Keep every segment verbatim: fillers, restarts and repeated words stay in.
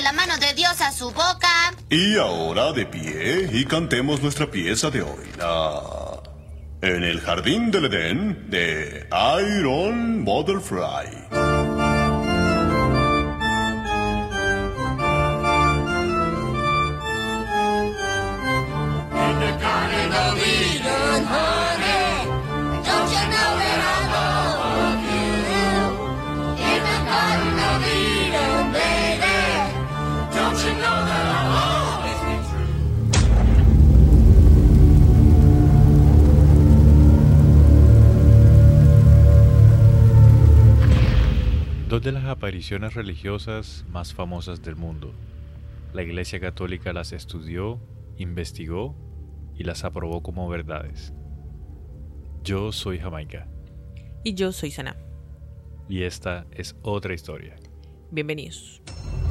la mano de Dios a su boca. Y ahora de pie y cantemos nuestra pieza de hoy. La... En el jardín del Edén de Iron Butterfly. Dos de las apariciones religiosas más famosas del mundo. La Iglesia Católica las estudió, investigó y las aprobó como verdades. Yo soy Jamaica. Y yo soy Sana. Y esta es otra historia. Bienvenidos.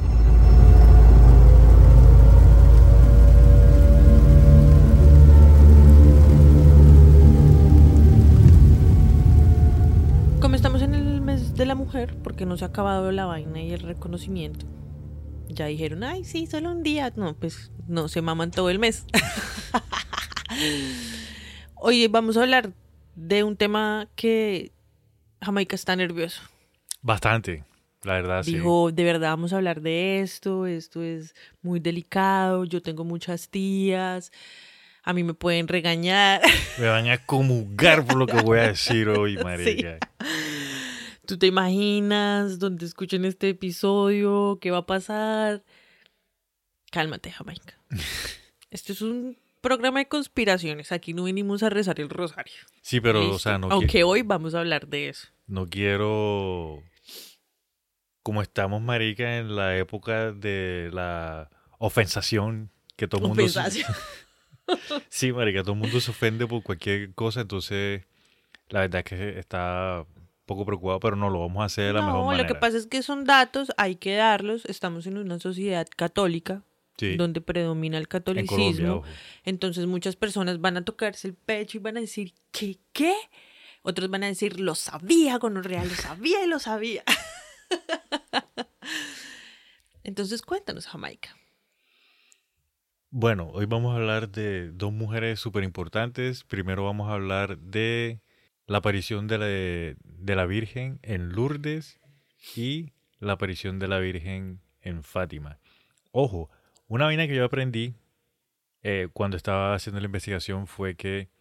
Como estamos en el mes de la mujer, porque no se ha acabado la vaina y el reconocimiento, ya dijeron, ay, sí, solo un día. No, pues no, se maman todo el mes. Oye, vamos a hablar de un tema que Jamaica está nervioso. Bastante, la verdad, sí. Dijo, de verdad vamos a hablar de esto, esto es muy delicado, yo tengo muchas tías, a mí me pueden regañar. Me van a comulgar por lo que voy a decir hoy, marica. Sí. ¿Tú te imaginas donde escuchen este episodio? ¿Qué va a pasar? Cálmate, Jamaica. Esto es un programa de conspiraciones. Aquí no venimos a rezar el rosario. Sí, pero, ¿Listo? o sea, no Aunque quiero, hoy vamos a hablar de eso. no quiero... Como estamos, marica, en la época de la ofensación, que todo el mundo... Ofensación. Sí, marica, todo el mundo se ofende por cualquier cosa, entonces la verdad es que está un poco preocupado, pero no lo vamos a hacer de la no, mejor manera. lo que pasa es que son datos, hay que darlos. Estamos en una sociedad católica, Sí. donde predomina el En catolicismo. Colombia, ojo. Entonces muchas personas van a tocarse el pecho y van a decir, ¿qué? ¿Qué? Otros van a decir, lo sabía, gonorrea, lo sabía y lo sabía. Entonces cuéntanos, Jamaica. Bueno, hoy vamos a hablar de dos mujeres súper importantes. Primero vamos a hablar de la aparición de la, de la Virgen en Lourdes y la aparición de la Virgen en Fátima. Ojo, una vaina que yo aprendí eh, cuando estaba haciendo la investigación fue que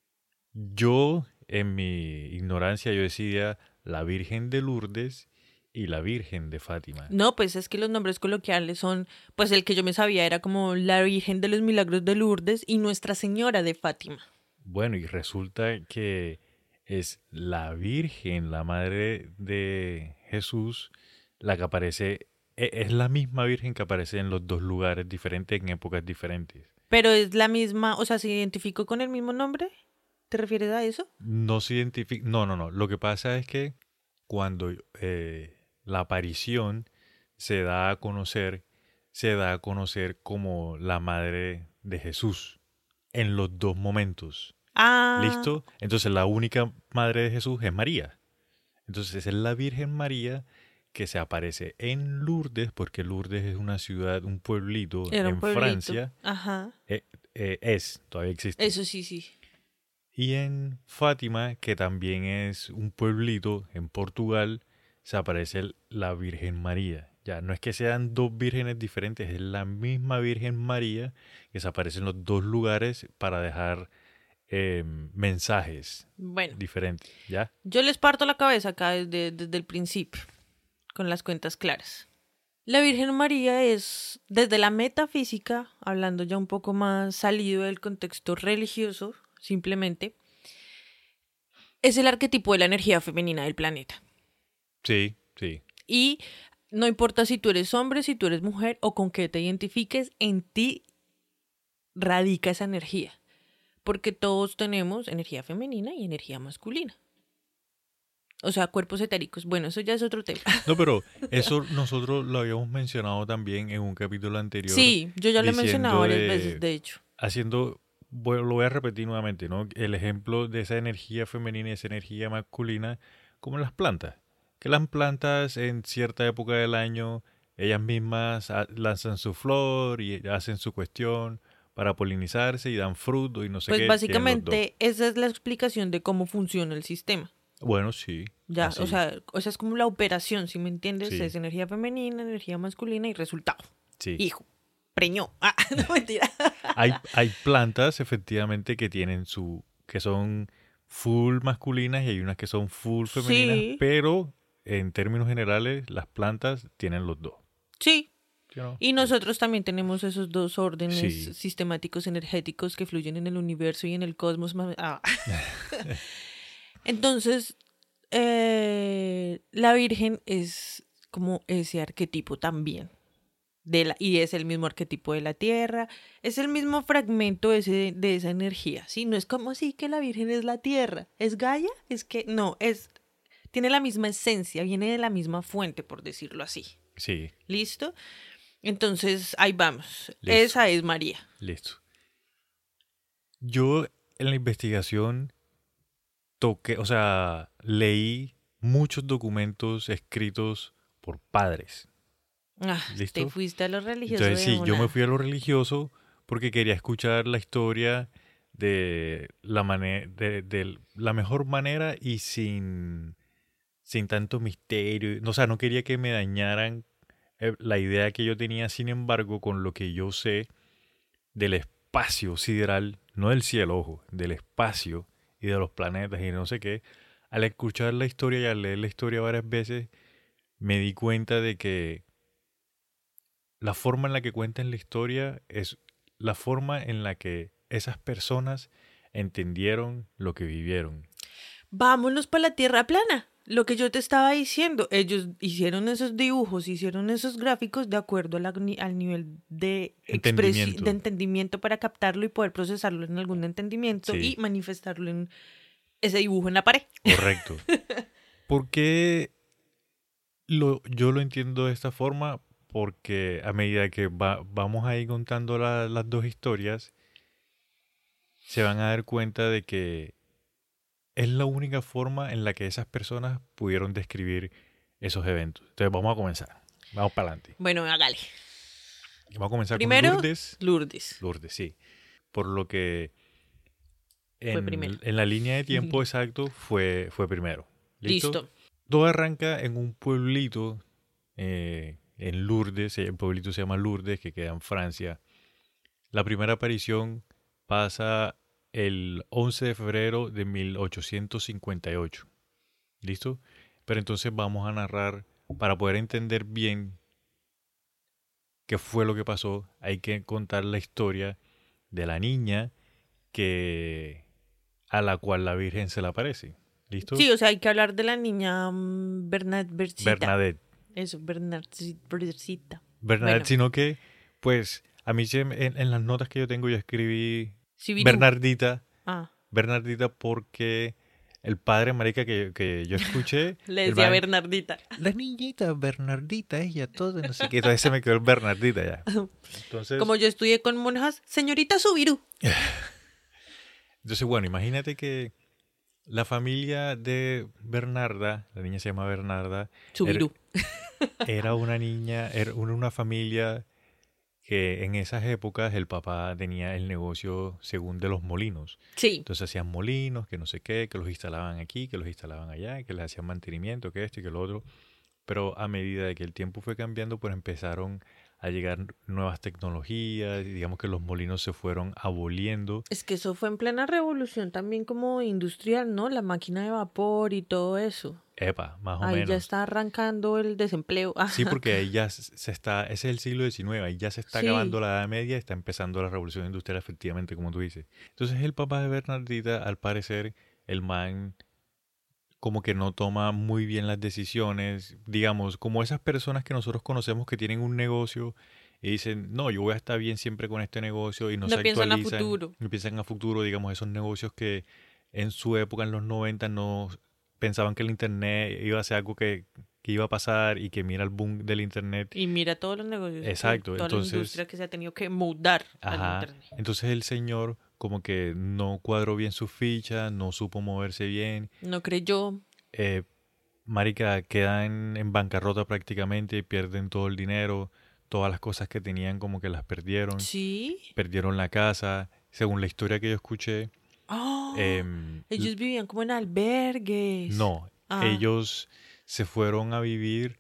yo, en mi ignorancia, yo decía la Virgen de Lourdes y la Virgen de Fátima. No, pues es que los nombres coloquiales son, pues el que yo me sabía era como la Virgen de los Milagros de Lourdes y Nuestra Señora de Fátima. Bueno, y resulta que es la Virgen, la Madre de Jesús, la que aparece, e- es la misma Virgen que aparece en los dos lugares diferentes, en épocas diferentes. Pero es la misma, o sea, ¿se identificó con el mismo nombre? ¿Te refieres a eso? No se identifica, no, no, no. Lo que pasa es que cuando eh, la aparición se da a conocer, se da a conocer como la Madre de Jesús en los dos momentos. Ah, ¿Listo? Entonces la única Madre de Jesús es María. Entonces es la Virgen María que se aparece en Lourdes, porque Lourdes es una ciudad, un pueblito era un en pueblito. Francia. Ajá. Eh, eh, es, todavía existe. Eso sí, sí. Y en Fátima, que también es un pueblito en Portugal, se aparece la Virgen María. Ya no es que sean dos vírgenes diferentes, es la misma Virgen María que se aparece en los dos lugares para dejar eh, mensajes Bueno, diferentes. ¿Ya? yo les parto la cabeza acá desde, desde el principio, con las cuentas claras. La Virgen María es, desde la metafísica, hablando ya un poco más salido del contexto religioso, simplemente, es el arquetipo de la energía femenina del planeta. Sí, sí. Y no importa si tú eres hombre, si tú eres mujer o con qué te identifiques, en ti radica esa energía. Porque todos tenemos energía femenina y energía masculina. O sea, cuerpos etéricos. Bueno, eso ya es otro tema. No, pero eso nosotros lo habíamos mencionado también en un capítulo anterior. Sí, yo ya lo he diciendo mencionado varias de- veces, de hecho. Haciendo, bueno, lo voy a repetir nuevamente, ¿no? El ejemplo de esa energía femenina y esa energía masculina, como las plantas. Que las plantas en cierta época del año ellas mismas ah, lanzan su flor y hacen su cuestión para polinizarse y dan fruto y no sé Pues qué. tienen los dos. básicamente esa es la explicación de cómo funciona el sistema. Bueno, sí. Ya, así. o sea, o sea, es como la operación, ¿sí me entiendes? Sí. Es energía femenina, energía masculina y resultado. Sí. Hijo, preñó. Ah, no mentira. Hay, hay plantas, efectivamente, que tienen su... que son full masculinas y hay unas que son full femeninas, Sí. pero en términos generales las plantas tienen los dos. Sí. ¿Sí o no? Y nosotros también tenemos esos dos órdenes Sí. sistemáticos energéticos que fluyen en el universo y en el cosmos. ma- Ah. Entonces, eh, la Virgen es como ese arquetipo también. De la, y es el mismo arquetipo de la Tierra, es el mismo fragmento ese, de esa energía, ¿sí? No es como así que la Virgen es la Tierra, ¿es Gaia? Es que no, es, tiene la misma esencia, viene de la misma fuente, por decirlo así. Sí, ¿Listo? Entonces, ahí vamos. Listo. Esa es María. listo. Yo en la investigación toqué, o sea, leí muchos documentos escritos por padres. Ah, ¿Listo? te fuiste a lo religioso. Entonces de sí, yo me una. fui a lo religioso porque quería escuchar la historia de la manera, de, de la mejor manera y sin, sin tanto misterio. O sea, no quería que me dañaran eh, la idea que yo tenía. Sin embargo, con lo que yo sé del espacio sideral, no del cielo, ojo, del espacio y de los planetas y no sé qué, al escuchar la historia y al leer la historia varias veces, me di cuenta de que la forma en la que cuentan la historia es la forma en la que esas personas entendieron lo que vivieron. Vámonos para la Tierra plana. Lo que yo te estaba diciendo, ellos hicieron esos dibujos, hicieron esos gráficos de acuerdo a la- al nivel de, expresi- Entendimiento. de entendimiento para captarlo y poder procesarlo en algún entendimiento Sí. y manifestarlo en ese dibujo en la pared. Correcto. ¿Por qué lo, yo lo entiendo de esta forma? Porque a medida que va- vamos a ir contando la- las dos historias, se van a dar cuenta de que es la única forma en la que esas personas pudieron describir esos eventos. Entonces vamos a comenzar. Vamos para adelante. Bueno, hágale. Vamos a comenzar Primero, con Lourdes. Lourdes. Lourdes, sí. Por lo que en, primero. en la línea de tiempo exacto fue, fue primero. ¿Listo? Listo. Todo arranca en un pueblito eh, en Lourdes. El pueblito se llama Lourdes, que queda en Francia. La primera aparición pasa el once de febrero de mil ochocientos cincuenta y ocho. ¿Listo? Pero entonces vamos a narrar, para poder entender bien qué fue lo que pasó, hay que contar la historia de la niña que a la cual la Virgen se le aparece. ¿Listo? Sí, o sea, hay que hablar de la niña mm, Bernadette. Bernadette. Eso, Bernadette. Bernadette, Bueno. sino que, pues, a mí se me- en, en las notas que yo tengo yo escribí Sibiru. Bernardita, Ah, Bernardita porque el padre marica que, que yo escuché, le el decía man- Bernardita. la niñita Bernardita, ella todo, no sé qué, entonces se me quedó el Bernardita ya. Entonces, Como yo estudié con monjas, señorita Subiru. entonces, bueno, imagínate que la familia de Bernarda, la niña se llama Bernarda, Subiru. era una niña, era una una familia que en esas épocas el papá tenía el negocio según de los molinos. Sí. Entonces hacían molinos, que no sé qué, que los instalaban aquí, que los instalaban allá, que les hacían mantenimiento, que esto y que lo otro. Pero a medida de que el tiempo fue cambiando, pues empezaron a llegar nuevas tecnologías, y digamos que los molinos se fueron aboliendo. Es que eso fue en plena revolución también como industrial, ¿no? La máquina de vapor y todo eso. Epa, más o Ahí menos. ya está arrancando el desempleo. Ah, Sí, porque ahí ya se se está, ese es el siglo diecinueve, ahí ya se está Sí. acabando la Edad Media y está empezando la revolución industrial, efectivamente, como tú dices. Entonces el papá de Bernardita, al parecer, el man como que no toma muy bien las decisiones, digamos, como esas personas que nosotros conocemos que tienen un negocio y dicen, no, yo voy a estar bien siempre con este negocio y no, No se piensan a actualizan, futuro. no piensan a futuro, digamos, esos negocios que en su época, en los noventa, no pensaban que el internet iba a ser algo que, que iba a pasar y que mira el boom del internet. Y mira todos los negocios. Exacto, Toda entonces- la industria que se ha tenido que mudar al Ajá. internet. Entonces el señor como que no cuadró bien sus fichas, no supo moverse bien. No creyó. eh, marica, quedan en bancarrota prácticamente, pierden todo el dinero, todas las cosas que tenían como que las perdieron, Sí. perdieron la casa, según la historia que yo escuché, ¡Oh! em, l- Ellos vivían como en albergues. no, Ah, ellos se fueron a vivir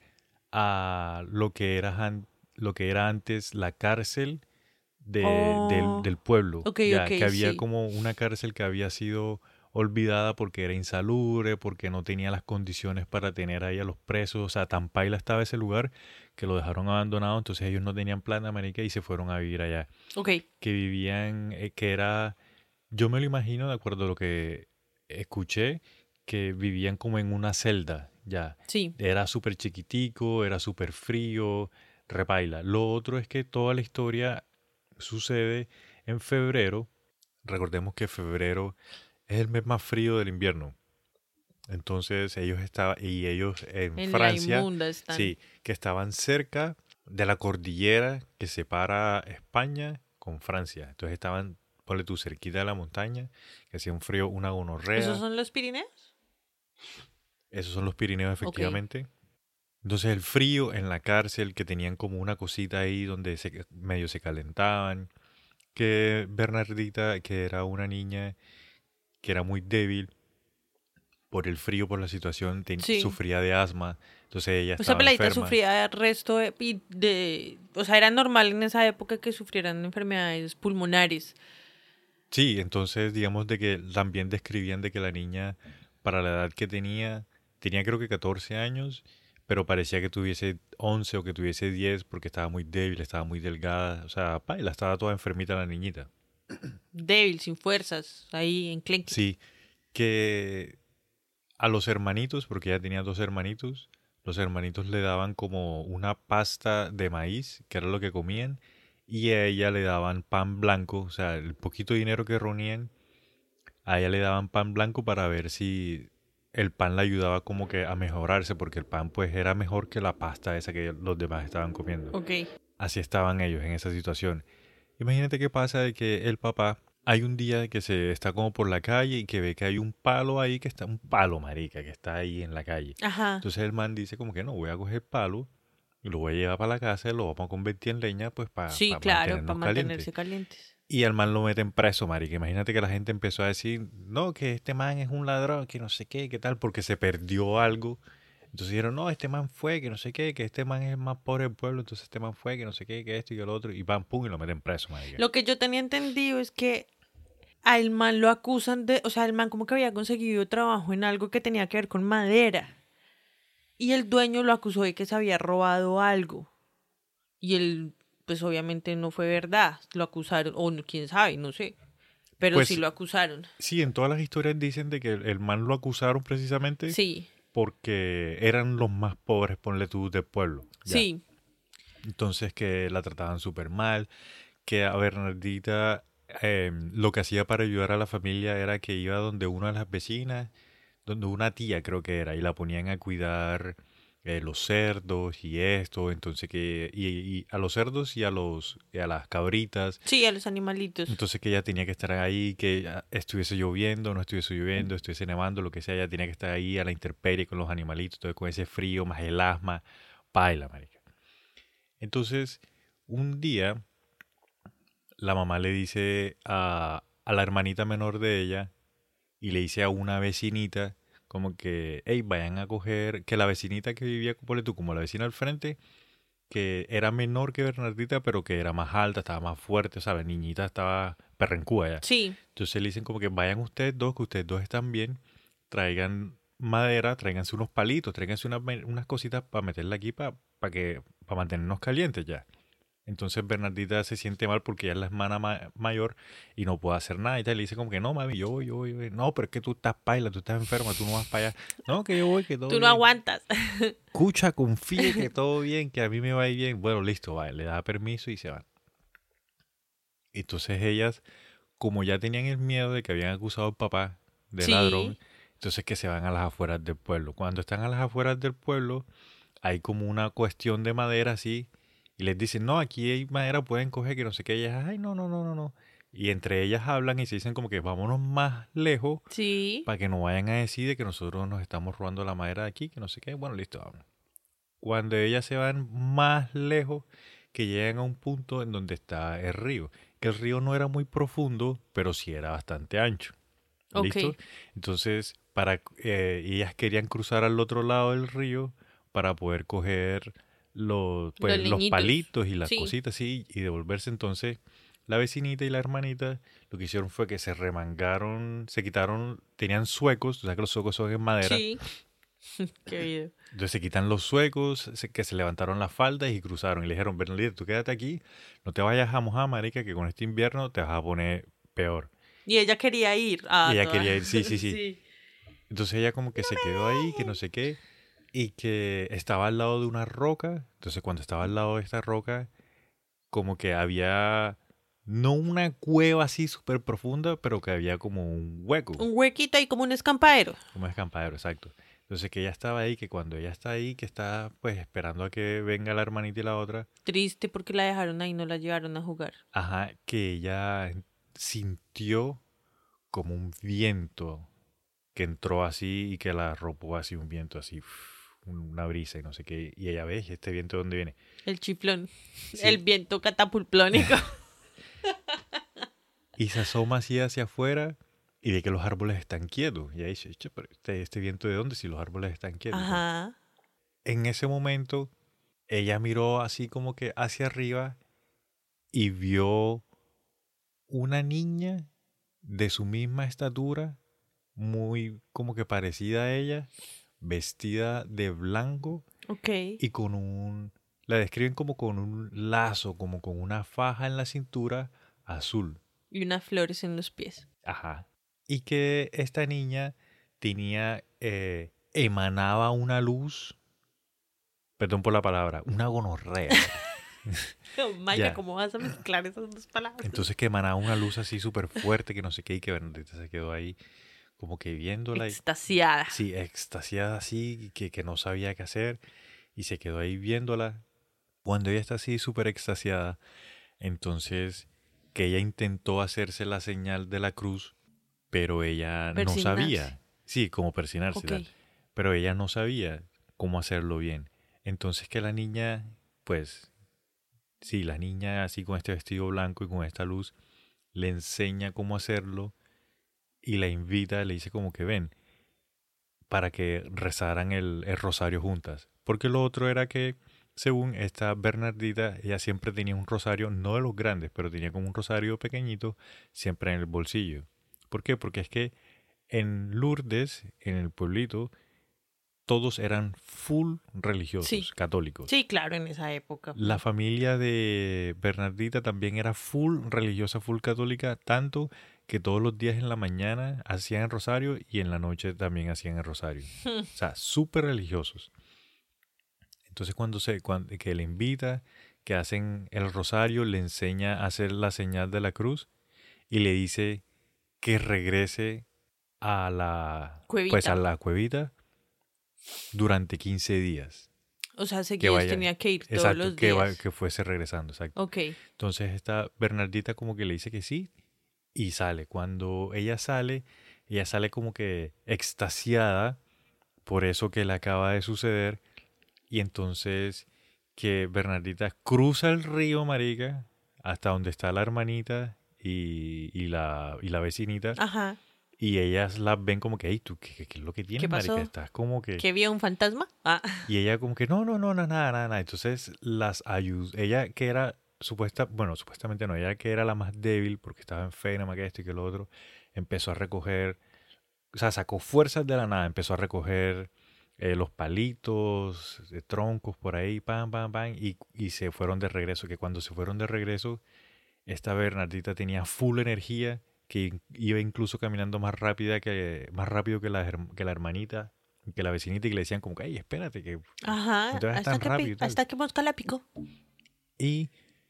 a lo que era, an- lo que era antes la cárcel de, del, oh, del pueblo, ok, ya ok, que había sí. como una cárcel que había sido olvidada porque era insalubre, porque no tenía las condiciones para tener ahí a los presos, o sea, tan paila estaba ese lugar que lo dejaron abandonado, entonces ellos no tenían plata, marica, y se fueron a vivir allá, Ok, que vivían, eh, que era, yo me lo imagino de acuerdo a lo que escuché, que vivían como en una celda, ya, sí. era súper chiquitico, era súper frío, repaila. Lo otro es que toda la historia sucede en febrero. Recordemos que febrero es el mes más frío del invierno. Entonces ellos estaban, y ellos en En la Francia, inmunda están. sí, que estaban cerca de la cordillera que separa España con Francia. Entonces estaban, ponle tú, cerquita de la montaña, que hacía un frío, una ¿Esos gonorrea. son los Pirineos? Esos son los Pirineos, Ok. efectivamente. Entonces el frío en la cárcel, que tenían como una cosita ahí donde se, medio se calentaban, que Bernardita, que era una niña que era muy débil por el frío, por la situación, ten- Sí. sufría de asma, entonces ella Esa estaba peladita enferma. sufría de resto de, y de... O sea, era normal en esa época que sufrieran enfermedades pulmonares. Sí, entonces digamos de que también describían de que la niña, para la edad que tenía, tenía creo que catorce años, pero parecía que tuviese once o que tuviese diez porque estaba muy débil, estaba muy delgada, o sea, paila, estaba toda enfermita la niñita. Débil, sin fuerzas, ahí enclenque. Sí, que a los hermanitos, porque ella tenía dos hermanitos, los hermanitos le daban como una pasta de maíz, que era lo que comían, y a ella le daban pan blanco, o sea, el poquito dinero que reunían, a ella le daban pan blanco para ver si el pan le ayudaba como que a mejorarse, porque el pan pues era mejor que la pasta esa que los demás estaban comiendo. Ok. Así estaban ellos en esa situación. Imagínate qué pasa de que el papá, hay un día que se está como por la calle y que ve que hay un palo ahí que está, un palo marica, que está ahí en la calle. Ajá. Entonces el man dice como que no, voy a coger palo y lo voy a llevar para la casa y lo vamos a convertir en leña pues para Sí, claro, para mantenernos calientes. mantenerse calientes. Y al man lo meten preso, marica. Imagínate que la gente empezó a decir, no, que este man es un ladrón, que no sé qué, qué tal, porque se perdió algo. Entonces dijeron, no, este man fue, que no sé qué, que este man es el más pobre del pueblo, entonces este man fue, que no sé qué, que esto y que lo otro, y pam, pum, y lo meten preso, marica. Lo que yo tenía entendido es que al man lo acusan de, o sea, el man como que había conseguido trabajo en algo que tenía que ver con madera. Y el dueño lo acusó de que se había robado algo. Y él, pues obviamente no fue verdad. Lo acusaron, o no, quién sabe, no sé. Pero sí Pues lo acusaron. sí, en todas las historias dicen de que el, el man lo acusaron precisamente Sí, porque eran los más pobres, ponle tú, del pueblo, ya. sí, Entonces que la trataban súper mal, que a Bernardita eh, lo que hacía para ayudar a la familia era que iba donde una de las vecinas, donde una tía creo que era, y la ponían a cuidar eh, los cerdos y esto, entonces que, y, y a los cerdos y a los, y a las cabritas, sí, a los animalitos. entonces que ella tenía que estar ahí, que ah, estuviese lloviendo, no estuviese lloviendo, estuviese nevando, lo que sea, ella tenía que estar ahí a la intemperie con los animalitos, todo con ese frío, más el asma, paila, marica. Entonces, un día la mamá le dice a, a la hermanita menor de ella y le dice a una vecinita como que, hey, vayan a coger, que la vecinita que vivía, ponle tú, como la vecina al frente, que era menor que Bernardita, pero que era más alta, estaba más fuerte, ¿sabes? Niñita estaba perrencúa ya. Sí, Entonces le dicen como que vayan ustedes dos, que ustedes dos están bien, traigan madera, tráiganse unos palitos, tráiganse unas, unas cositas para meterla aquí para que para mantenernos calientes ya. Entonces Bernardita se siente mal porque ella es la hermana ma mayor y no puede hacer nada y tal. Le dice como que no, mami, yo voy, yo voy, yo voy. No, pero es que tú estás paila, tú estás enferma, tú no vas para allá. No, que yo voy, que todo tú no bien. aguantas. Escucha, confíe que todo bien, que a mí me va a ir bien. Bueno, listo, va, le da permiso y se van. Entonces ellas, como ya tenían el miedo de que habían acusado al papá de ladrón, Sí, entonces que se van a las afueras del pueblo. Cuando están a las afueras del pueblo, hay como una cuestión de madera así, y les dicen, no, aquí hay madera, pueden coger, que no sé qué. Y ellas, ay, no, no, no, no, no. Y entre ellas hablan y se dicen como que vámonos más lejos Sí. para que no vayan a decir de que nosotros nos estamos robando la madera de aquí, que no sé qué. Bueno, listo, vamos. Cuando ellas se van más lejos, que llegan a un punto en donde está el río. Que el río no era muy profundo, pero sí era bastante ancho. ¿Listo? Ok. Entonces, para, eh, ellas querían cruzar al otro lado del río para poder coger los, pues, Los los leñitos. palitos y las Sí. cositas así y devolverse. Entonces, la vecinita y la hermanita lo que hicieron fue que se remangaron, se quitaron, tenían suecos, o sea que los suecos son en madera. Sí. Qué video. Entonces se quitan los suecos, se- que se levantaron las faldas y cruzaron. Y le dijeron, Bernalita, tú quédate aquí, no te vayas a mojar, marica, que con este invierno te vas a poner peor. Y ella quería ir. Ah, Y ella toda. quería ir, sí, sí, sí. Entonces ella como que se quedó ahí, que no sé qué, y que estaba al lado de una roca. Entonces cuando estaba al lado de esta roca, como que había, no una cueva así súper profunda, pero que había como un hueco, Un huequito ahí como un escampadero. como un escampadero, exacto. Entonces que ella estaba ahí, que cuando ella está ahí, que está pues esperando a que venga la hermanita y la otra, Triste porque la dejaron ahí, no la llevaron a jugar. ajá, que ella sintió como un viento que entró así y que la arropó así, un viento así, uf, una brisa y no sé qué. Y ella ve, ¿y este viento de dónde viene? El chiflón. Sí. El viento catapulplónico. Y se asoma así hacia afuera y ve que los árboles están quietos. Y ella dice, "Che, pero este, este viento de dónde si los árboles están quietos." Ajá. En ese momento, ella miró así como que hacia arriba y vio una niña de su misma estatura, muy como que parecida a ella, vestida de blanco Ok. y con un, la describen como con un lazo, como con una faja en la cintura azul. Y unas flores en los pies. Ajá. Y que esta niña tenía, eh, emanaba una luz, perdón por la palabra, una gonorrea. Oh, Maya, Ya. ¿cómo vas a mezclar esas dos palabras? Entonces que emanaba una luz así súper fuerte, que no sé qué, y que Bernadette se quedó ahí como que viéndola. y- Extasiada. Sí, extasiada así, que, que no sabía qué hacer, y se quedó ahí viéndola. Cuando ella está así súper extasiada, entonces que ella intentó hacerse la señal de la cruz, pero ella no Persignarse. sabía. Sí, como persinarse, y Ok. tal. Pero ella no sabía cómo hacerlo bien. Entonces que la niña, pues, sí, la niña así con este vestido blanco y con esta luz, le enseña cómo hacerlo y la invita, le dice como que ven, para que rezaran el, el rosario juntas. Porque lo otro era que, según esta Bernardita, ella siempre tenía un rosario, no de los grandes, pero tenía como un rosario pequeñito, siempre en el bolsillo. ¿Por qué? Porque es que en Lourdes, en el pueblito, todos eran full religiosos, Sí. católicos. Sí, claro, en esa época. La familia de Bernardita también era full religiosa, full católica, tanto que todos los días en la mañana hacían el rosario y en la noche también hacían el rosario. O sea, súper religiosos. Entonces cuando se cuando, que le invita, que hacen el rosario, le enseña a hacer la señal de la cruz y le dice que regrese a la Cuevita. pues a la cuevita durante quince días. O sea, Que seguidos vaya, tenía que ir todos exacto, los que, días. va- que fuese regresando, exacto. Ok. Entonces esta Bernardita como que le dice que sí y sale. Cuando ella sale, ella sale como que extasiada por eso que le acaba de suceder. Y entonces que Bernardita cruza el río, marica, hasta donde está la hermanita y, y la, y la vecinita. Ajá. Y ellas las ven como que, hey, ¿tú qué, qué es lo que tienes, pasó? marica? Estás como que... ¿Que vio un fantasma? Ah. Y ella como que, no, no, no, no, nada, nada, nada. Entonces las ayudó. Ella que era supuesta, bueno, supuestamente no, ella que era la más débil porque estaba enferma, que esto y que lo otro, empezó a recoger, o sea, sacó fuerzas de la nada, empezó a recoger eh, los palitos, eh, troncos por ahí, pam, pam, pam, y, y se fueron de regreso. Que cuando se fueron de regreso, esta Bernardita tenía full energía, que in- iba incluso caminando más rápida que, más rápido que la, her- que la hermanita, que la vecinita, y que le decían como que, ay, espérate, que Ajá. no te vayas Hasta tan que, rápido pi- y tal. hasta que Mosca la picó. Y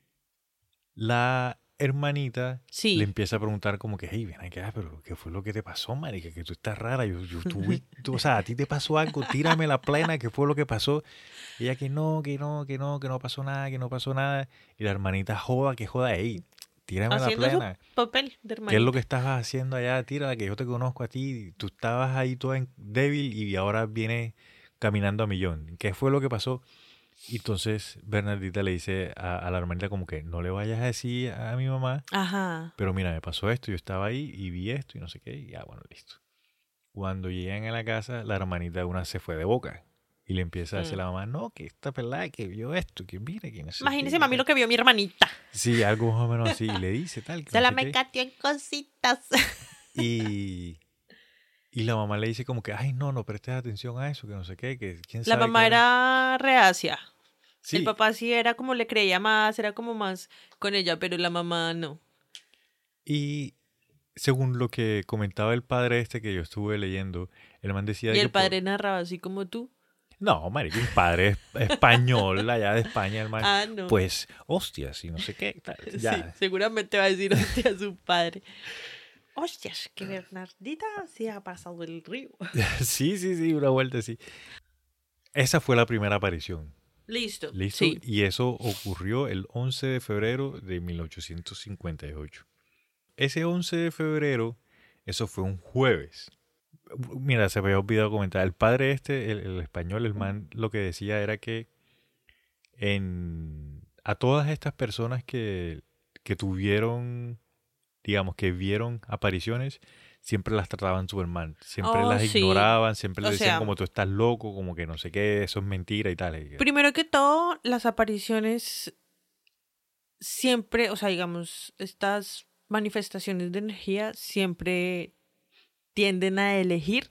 la hermanita Sí. le empieza a preguntar como que, hey, ven acá, pero ¿qué fue lo que te pasó, marica? Que tú estás rara. Yo, yo, tú, vi- tú, o sea, a ti te pasó algo, tírame la plena, ¿qué fue lo que pasó? Y ella que no, que no, que no, que no pasó nada, que no pasó nada. Y la hermanita joda, que joda, hey, tírame la Haciendo plena. su papel de ¿Qué es hermanita. lo que estabas haciendo allá? Tírala, que yo te conozco a ti. Tú estabas ahí toda en- débil y ahora vienes caminando a millón. ¿Qué fue lo que pasó? Y entonces Bernardita le dice a, a la hermanita como que no le vayas a decir a mi mamá, Ajá. pero mira, me pasó esto, yo estaba ahí y vi esto y no sé qué, y ya, bueno, listo. Cuando llegan a la casa, la hermanita de una se fue de boca y le empieza a decir a la mamá, no, que esta pelada que vio esto, que mira, que no sé Imagínese, qué, mami, tal". lo que vio mi hermanita. Sí, algo más o menos así, y le dice tal, que Se no la sé me qué. cateó en cositas. Y, y la mamá le dice como que, ay, no, no prestes atención a eso, que no sé qué, que quién La sabe mamá qué era reacia. Sí, El papá sí era como le creía más, era como más con ella, pero la mamá no. y según lo que comentaba el padre este que yo estuve leyendo, el man decía Y que el por- padre narraba así como tú. No, marica, un padre es- español allá de España, el man. Ah, no. Pues, hostias, y no sé qué, tal, Sí, ya. seguramente va a decir hostia su padre. Hostias, que Bernardita se ha pasado el río. Sí, sí, sí, una vuelta así. Esa fue la primera aparición. Listo. ¿Listo? Sí. Y eso ocurrió el once de febrero de mil ochocientos cincuenta y ocho. Ese once de febrero, eso fue un jueves. Mira, se me había olvidado comentar. El padre este, el, el español, el man, lo que decía era que en, a todas estas personas que, que tuvieron, digamos, que vieron apariciones, siempre las trataban súper mal. Siempre Oh, las sí. ignoraban, siempre O le decían sea- como tú estás loco, como que no sé qué, eso es mentira y tal. Y- Primero que todo, las apariciones siempre, o sea, digamos, estas manifestaciones de energía siempre tienden a elegir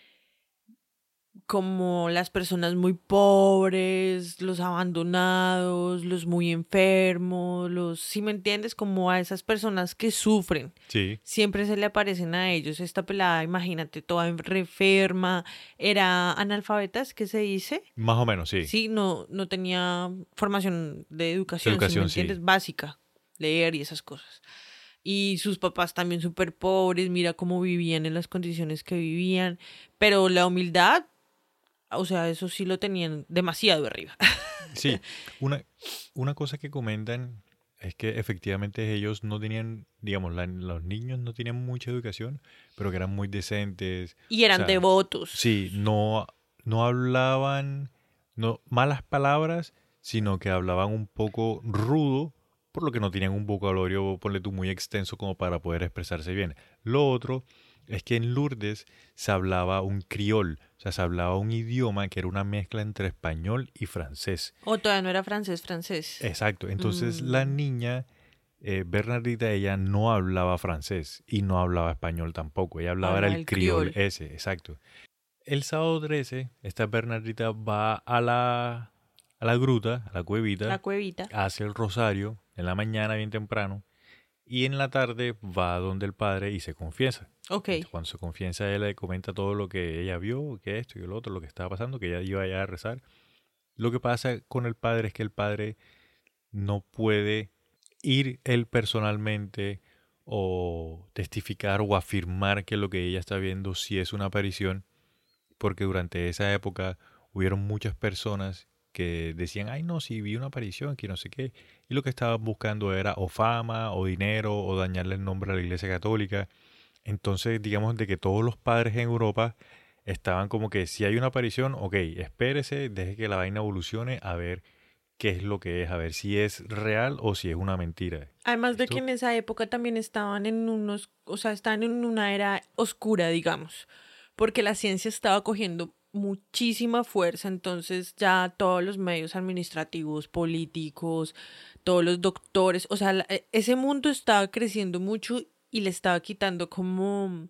como las personas muy pobres, los abandonados, los muy enfermos, los, si me entiendes, como a esas personas que sufren. Sí, Siempre se le aparecen a ellos. Esta pelada, imagínate, toda enferma, era analfabeta, ¿es que se dice? más o menos, sí. Sí, no, no tenía formación de educación, Educación, si me entiendes, sí. básica, leer y esas cosas. Y sus papás también súper pobres, mira cómo vivían en las condiciones que vivían, pero la humildad, o sea, eso sí lo tenían demasiado arriba. Sí, una, una cosa que comentan es que efectivamente ellos no tenían, digamos, la- los niños no tenían mucha educación, pero que eran muy decentes. Y eran O sea, devotos. Sí, no, no hablaban no, malas palabras, sino que hablaban un poco rudo, por lo que no tenían un vocabulario, ponle tú, muy extenso como para poder expresarse bien. Lo otro es que en Lourdes se hablaba un criol, o sea, se hablaba un idioma que era una mezcla entre español y francés. O todavía no era francés, francés. Exacto, entonces la Mm. niña, eh, Bernardita, ella no hablaba francés y no hablaba español tampoco, ella hablaba era Hablaba el el criol criol. ese, exacto. El sábado trece, esta Bernardita va a la, a la gruta, a la cuevita, La cuevita. hace el rosario en la mañana bien temprano y en la tarde va donde el padre y se confiesa. Ok. Entonces, cuando se confiesa, él le comenta todo lo que ella vio, que esto y lo otro, lo que estaba pasando, que ella iba allá a rezar. Lo que pasa con el padre es que el padre no puede ir él personalmente o testificar o afirmar que lo que ella está viendo sí es una aparición, porque durante esa época hubieron muchas personas que decían, ay no, si vi una aparición, que no sé qué, y lo que estaban buscando era o fama, o dinero, o dañarle el nombre a la Iglesia Católica. Entonces, digamos de que todos los padres en Europa estaban como que si hay una aparición, ok, espérese, deje que la vaina evolucione a ver qué es lo que es, a ver si es real o si es una mentira. Además de ¿Listo? que en esa época también estaban en unos, o sea, estaban en una era oscura, digamos, porque la ciencia estaba cogiendo muchísima fuerza, entonces ya todos los medios administrativos, políticos, todos los doctores, o sea, la- e- ese mundo estaba creciendo mucho y le estaba quitando como,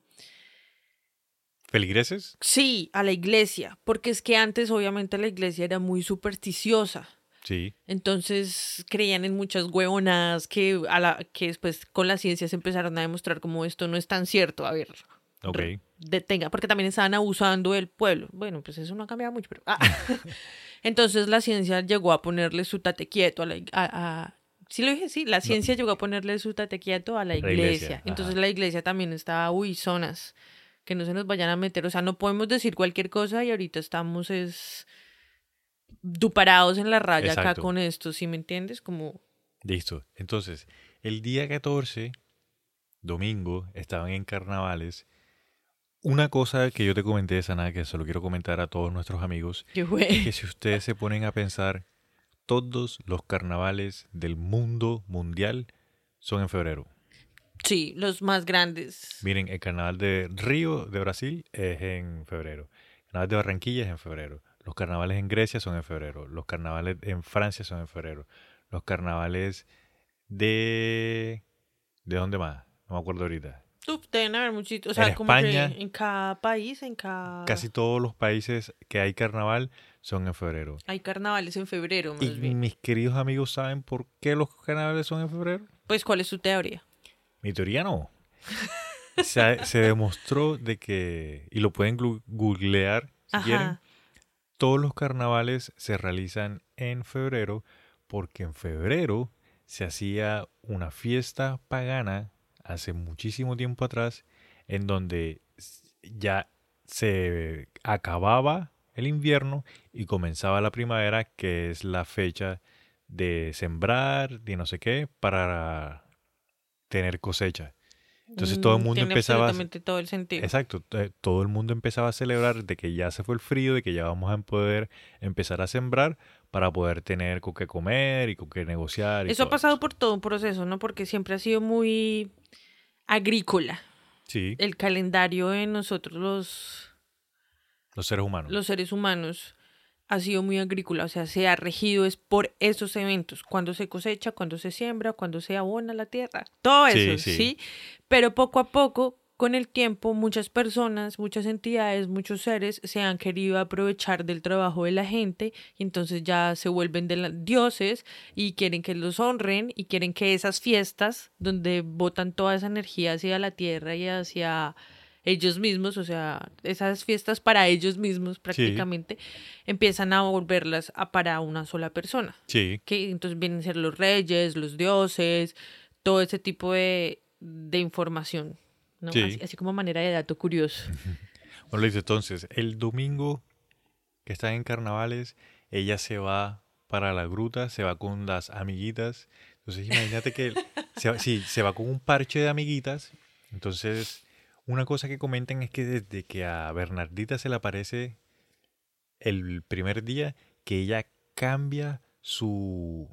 ¿Feligreses? sí, a la iglesia, porque es que antes obviamente la iglesia era muy supersticiosa. Sí, Entonces creían en muchas huevonadas que, a la, que después con la ciencia se empezaron a demostrar como esto no es tan cierto. A ver, ok. re- detenga, porque también estaban abusando del pueblo. Bueno, pues eso no ha cambiado mucho, pero... ah. Entonces la ciencia llegó a ponerle su tate quieto a la... A, a- sí lo dije, sí, la ciencia llegó a ponerle su tate quieto a la La iglesia. iglesia, ajá. Entonces la iglesia también estaba, uy, zonas, que no se nos vayan a meter. O sea, no podemos decir cualquier cosa y ahorita estamos es... duparados en la raya acá Exacto. con esto, ¿sí me entiendes? Como... Listo. Entonces, El día catorce, domingo, estaban en carnavales. Una cosa que yo te comenté, Sana, que se lo quiero comentar a todos nuestros amigos, ¿Qué es fue? que si ustedes se ponen a pensar, todos los carnavales del mundo mundial son en febrero. Sí, los más grandes. Miren, el carnaval de Río de Brasil es en febrero. El carnaval de Barranquilla es en febrero. Los carnavales en Grecia son en febrero. Los carnavales en Francia son en febrero. Los carnavales de... ¿De dónde más? No me acuerdo ahorita. Uf, deben haber muchitos. O sea, En como España, que en cada país, en cada... casi todos los países que hay carnaval son en febrero. Hay carnavales en febrero, más Y bien. mis queridos amigos saben por qué los carnavales son en febrero. Pues, ¿cuál es su teoría? Mi teoría no. Se, se demostró de que, y lo pueden glu- googlear si Ajá. quieren, todos los carnavales se realizan en febrero porque en febrero se hacía una fiesta pagana hace muchísimo tiempo atrás en donde s- ya se acababa el invierno y comenzaba la primavera, que es la fecha de sembrar, de no sé qué, para tener cosecha. Entonces todo el Mm, mundo tiene empezaba a... absolutamente todo el sentido. Exacto, eh, todo el mundo empezaba a celebrar de que ya se fue el frío, de que ya vamos a poder empezar a sembrar para poder tener con qué comer y con qué negociar y Eso ha todo pasado eso. por todo un proceso, ¿no? Porque siempre ha sido muy agrícola Sí, el calendario de nosotros los, los seres humanos. los seres humanos. Ha sido muy agrícola, o sea, se ha regido es por esos eventos, cuando se cosecha, cuando se siembra, cuando se abona la tierra, todo Sí, eso, sí. ¿sí? Pero poco a poco, con el tiempo, muchas personas, muchas entidades, muchos seres se han querido aprovechar del trabajo de la gente y entonces ya se vuelven de la- dioses y quieren que los honren y quieren que esas fiestas donde botan toda esa energía hacia la tierra y hacia ellos mismos, o sea, esas fiestas para ellos mismos prácticamente, empiezan a volverlas a para una sola persona. Sí, Que entonces vienen a ser los reyes, los dioses, todo ese tipo de, de información, ¿no? Sí. Así, así como manera de dato curioso. bueno, Luis, entonces, el domingo que están en carnavales, ella se va para la gruta, se va con las amiguitas. Entonces, imagínate que se va, sí, se va con un parche de amiguitas. Entonces, una cosa que comentan es que desde que a Bernardita se le aparece el primer día, que ella cambia su,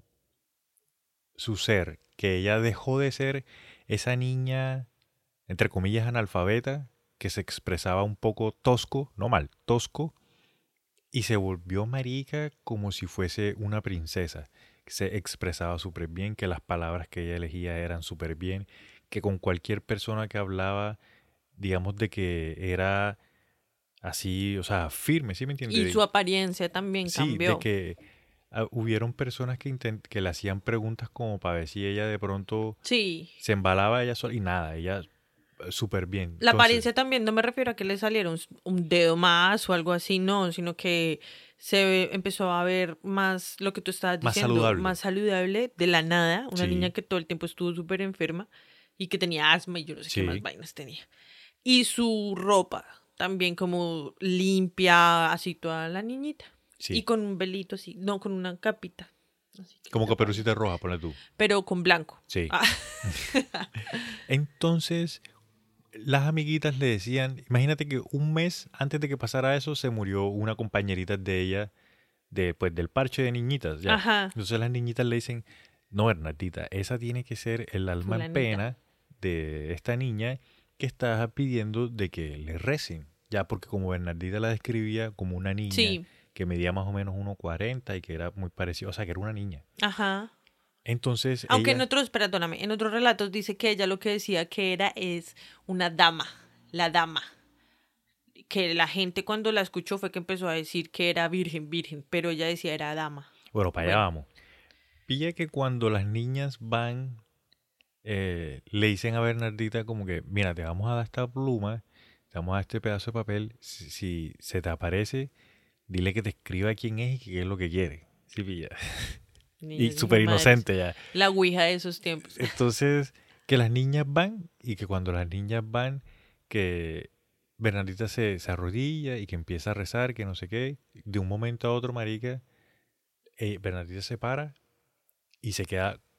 su ser, que ella dejó de ser esa niña, entre comillas, analfabeta, que se expresaba un poco tosco, no mal, tosco, y se volvió marica como si fuese una princesa. Que se expresaba súper bien, que las palabras que ella elegía eran súper bien, que con cualquier persona que hablaba, digamos de que era así, o sea, firme, ¿sí me entiendes? Y su apariencia también Sí, de cambió. que ah, hubieron personas que, intent- que le hacían preguntas como para ver si ella de pronto Sí. se embalaba ella sola y nada, ella eh, súper bien. La Entonces, apariencia también no me refiero a que le saliera un, un dedo más o algo así, no, sino que se ve- empezó a ver más lo que tú estabas Más diciendo, saludable. más saludable de la nada, una Sí. niña que todo el tiempo estuvo súper enferma y que tenía asma y yo no sé qué Sí. más vainas tenía. Y su ropa también como limpia, así toda la niñita. sí, Y con un velito así, no, con una capita. Así que como tapaba. Caperucita Roja, ponle tú. Pero con blanco. Sí. Ah, Entonces, las amiguitas le decían, imagínate que un mes antes de que pasara eso, se murió una compañerita de ella, de, pues, del parche de niñitas. Ya. Ajá. Entonces las niñitas le dicen, no, Bernardita, esa tiene que ser el alma en Fulanita. pena de esta niña que está pidiendo de que le recen. Ya, porque como Bernardita la describía como una niña Sí. que medía más o menos uno cuarenta y que era muy parecida, o sea, que era una niña. Ajá. Entonces Aunque ella... en otros, perdóname, en otros relatos dice que ella lo que decía que era es una dama, la dama. Que la gente cuando la escuchó fue que empezó a decir que era virgen, virgen, pero ella decía era dama. Bueno, para allá Bueno. vamos. Pilla que cuando las niñas van, eh, le dicen a Bernardita como que, mira, te vamos a dar esta pluma, te vamos a dar este pedazo de papel, si, si se te aparece, dile que te escriba quién es y qué es lo que quiere. Sí, pilla. Y Niñas súper madres. inocente ya. La ouija de esos tiempos. Entonces, que las niñas van y que cuando las niñas van, que Bernardita se, se arrodilla y que empieza a rezar, que no sé qué. De un momento a otro, marica, eh, Bernardita se para y se queda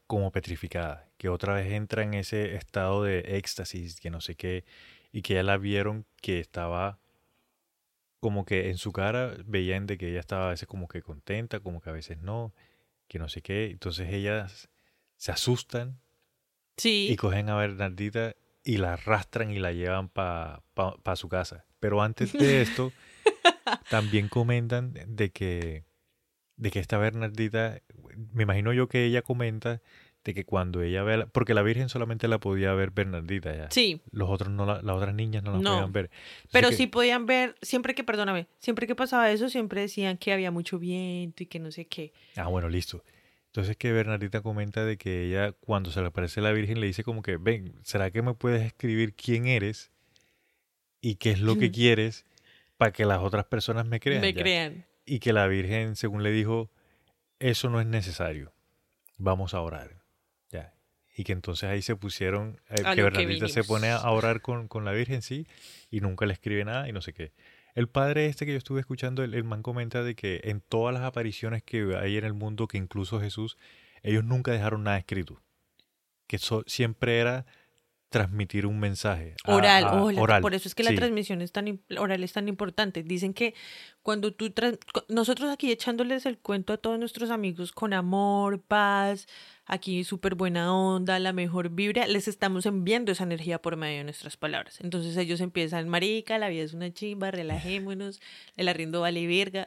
como petrificada, que otra vez entra en ese estado de éxtasis, que no sé qué, y que ya la vieron que estaba como que en su cara veían de que ella estaba a veces como que contenta, como que a veces no, que no sé qué. Entonces ellas se asustan y Sí. cogen a Bernardita y la arrastran y la llevan para pa, pa su casa. Pero antes de esto, también comentan de que, de que esta Bernardita, me imagino yo que ella comenta de que cuando ella ve, a la- porque la Virgen solamente la podía ver Bernardita ya. Sí. Los otros no la- las otras niñas no la No. podían ver. Entonces Pero que- sí podían ver, siempre que, perdóname, siempre que pasaba eso, siempre decían que había mucho viento y que no sé qué. Ah, bueno, listo. Entonces que Bernardita comenta de que ella, cuando se le aparece la Virgen, le dice como que, ven, ¿será que me puedes escribir quién eres y qué es lo que quieres para que las otras personas me crean? Me ya? crean. Y que la Virgen, según le dijo, eso no es necesario, vamos a orar. Ya. Y que entonces ahí se pusieron, eh, A que lo que Bernardita se pone a, vinimos. a orar con, con la Virgen, sí, y nunca le escribe nada y no sé qué. El padre este que yo estuve escuchando, el, el man comenta de que en todas las apariciones que hay en el mundo, que incluso Jesús, ellos nunca dejaron nada escrito. Que eso siempre era transmitir un mensaje. a- Oral, a- oh, la- oral. por eso es que la Sí. transmisión es tan im- oral es tan importante. Dicen que cuando tú trans- cu- nosotros aquí echándoles el cuento a todos nuestros amigos con amor, paz, aquí súper buena onda, la mejor vibra, les estamos enviando esa energía por medio de nuestras palabras. Entonces ellos empiezan, marica, la vida es una chimba, relajémonos, el arriendo vale verga.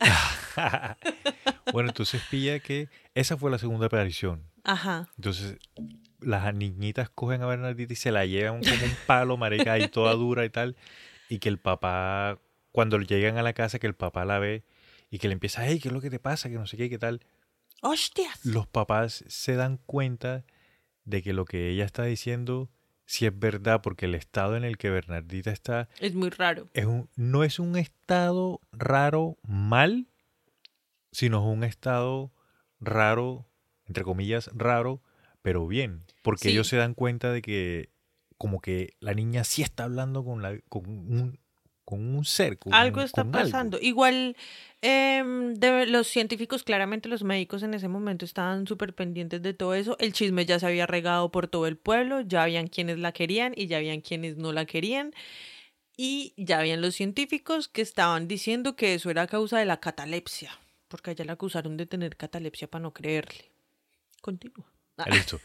Bueno, entonces pilla que esa fue la segunda aparición. Ajá. Entonces las niñitas cogen a Bernardita y se la llevan como un palo, marica, y toda dura y tal. Y que el papá, cuando llegan a la casa, que el papá la ve y que le empieza, hey, ¿qué es lo que te pasa? Que no sé qué, qué tal. ¡Hostias! Los papás se dan cuenta de que lo que ella está diciendo sí es verdad, porque el estado en el que Bernardita está Es muy raro. es un, no es un estado raro mal, sino es un estado raro, entre comillas, raro, pero bien. Porque Sí. ellos se dan cuenta de que como que la niña sí está hablando con, la, con, un, con un ser, con, Algo un- está con algo. pasando. Igual em, de- los científicos, claramente los médicos en ese momento estaban súper pendientes de todo eso. El chisme ya se había regado por todo el pueblo, ya habían quienes la querían y ya habían quienes no la querían. Y ya habían los científicos que estaban diciendo que eso era a causa de la catalepsia, porque a ella la acusaron de tener catalepsia para no creerle. Continúa. Ah, Ah, listo.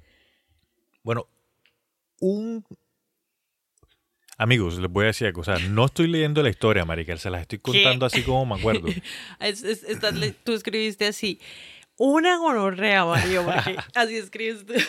Bueno, un... Amigos, les voy a decir algo. O sea, no estoy leyendo la historia, marica. Se las estoy contando así como me acuerdo. Es- es- estás le- tú escribiste así. Una gonorrea, Mario, porque así escribes tú.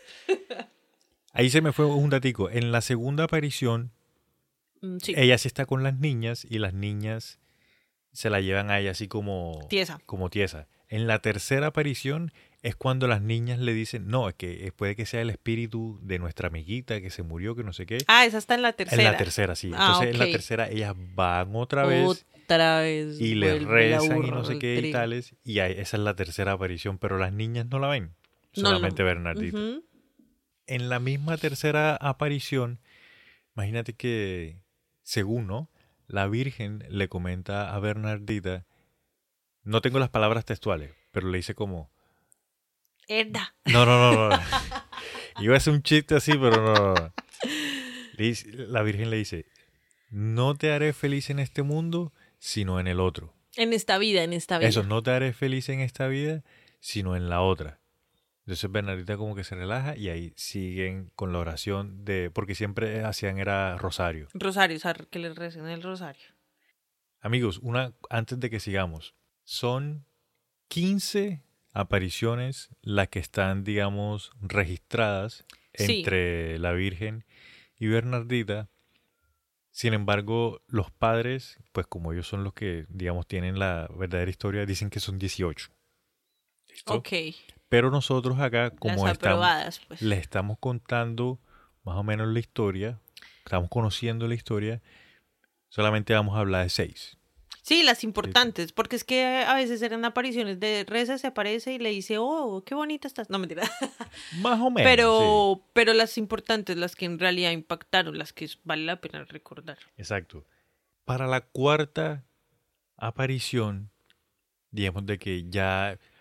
Ahí se me fue un datico. En la segunda aparición, Mm, Sí, ella sí está con las niñas y las niñas se la llevan a ella así como tiesa. como tiesa. En la tercera aparición es cuando las niñas le dicen, no, es que eh, puede que sea el espíritu de nuestra amiguita que se murió, que no sé qué. Ah, esa está en la tercera. En la tercera, sí. Ah, Entonces en la ok. tercera ellas van otra vez Otra vez. y le vuelve la rezan y burra no sé al qué y trigo. tales. Y ahí- esa es la tercera aparición, pero las niñas no la ven. No, no. Solamente Bernardita. Ujú. En la misma tercera aparición, imagínate que, según, ¿no? La Virgen le comenta a Bernardita, no tengo las palabras textuales, pero le dice como, Herda. no, no, no, no. Iba a hacer un chiste así, pero no, no, no. Le dice- la Virgen le dice, no te haré feliz en este mundo, sino en el otro. En esta vida, en esta vida. Eso, no te haré feliz en esta vida, sino en la otra. Entonces Bernardita como que se relaja y ahí siguen con la oración de, porque siempre hacían era rosario. Rosario, o sea, que le recen el rosario. Amigos, una, antes de que sigamos, son quince apariciones las que están, digamos, registradas Sí. entre la Virgen y Bernardita. Sin embargo, los padres, pues como ellos son los que, digamos, tienen la verdadera historia, dicen que son dieciocho. ¿Listo? Ok. Pero nosotros acá, como Las estamos, aprobadas, pues. les estamos contando más o menos la historia, estamos conociendo la historia, solamente vamos a hablar de seis. Sí, las importantes, porque es que a veces eran apariciones de reza, se aparece y le dice, oh, qué bonita estás. No, mentira. Más o menos. Pero, pero las importantes, las que en realidad impactaron, las que vale la pena recordar. sí, exacto. Para la cuarta aparición, digamos de que ya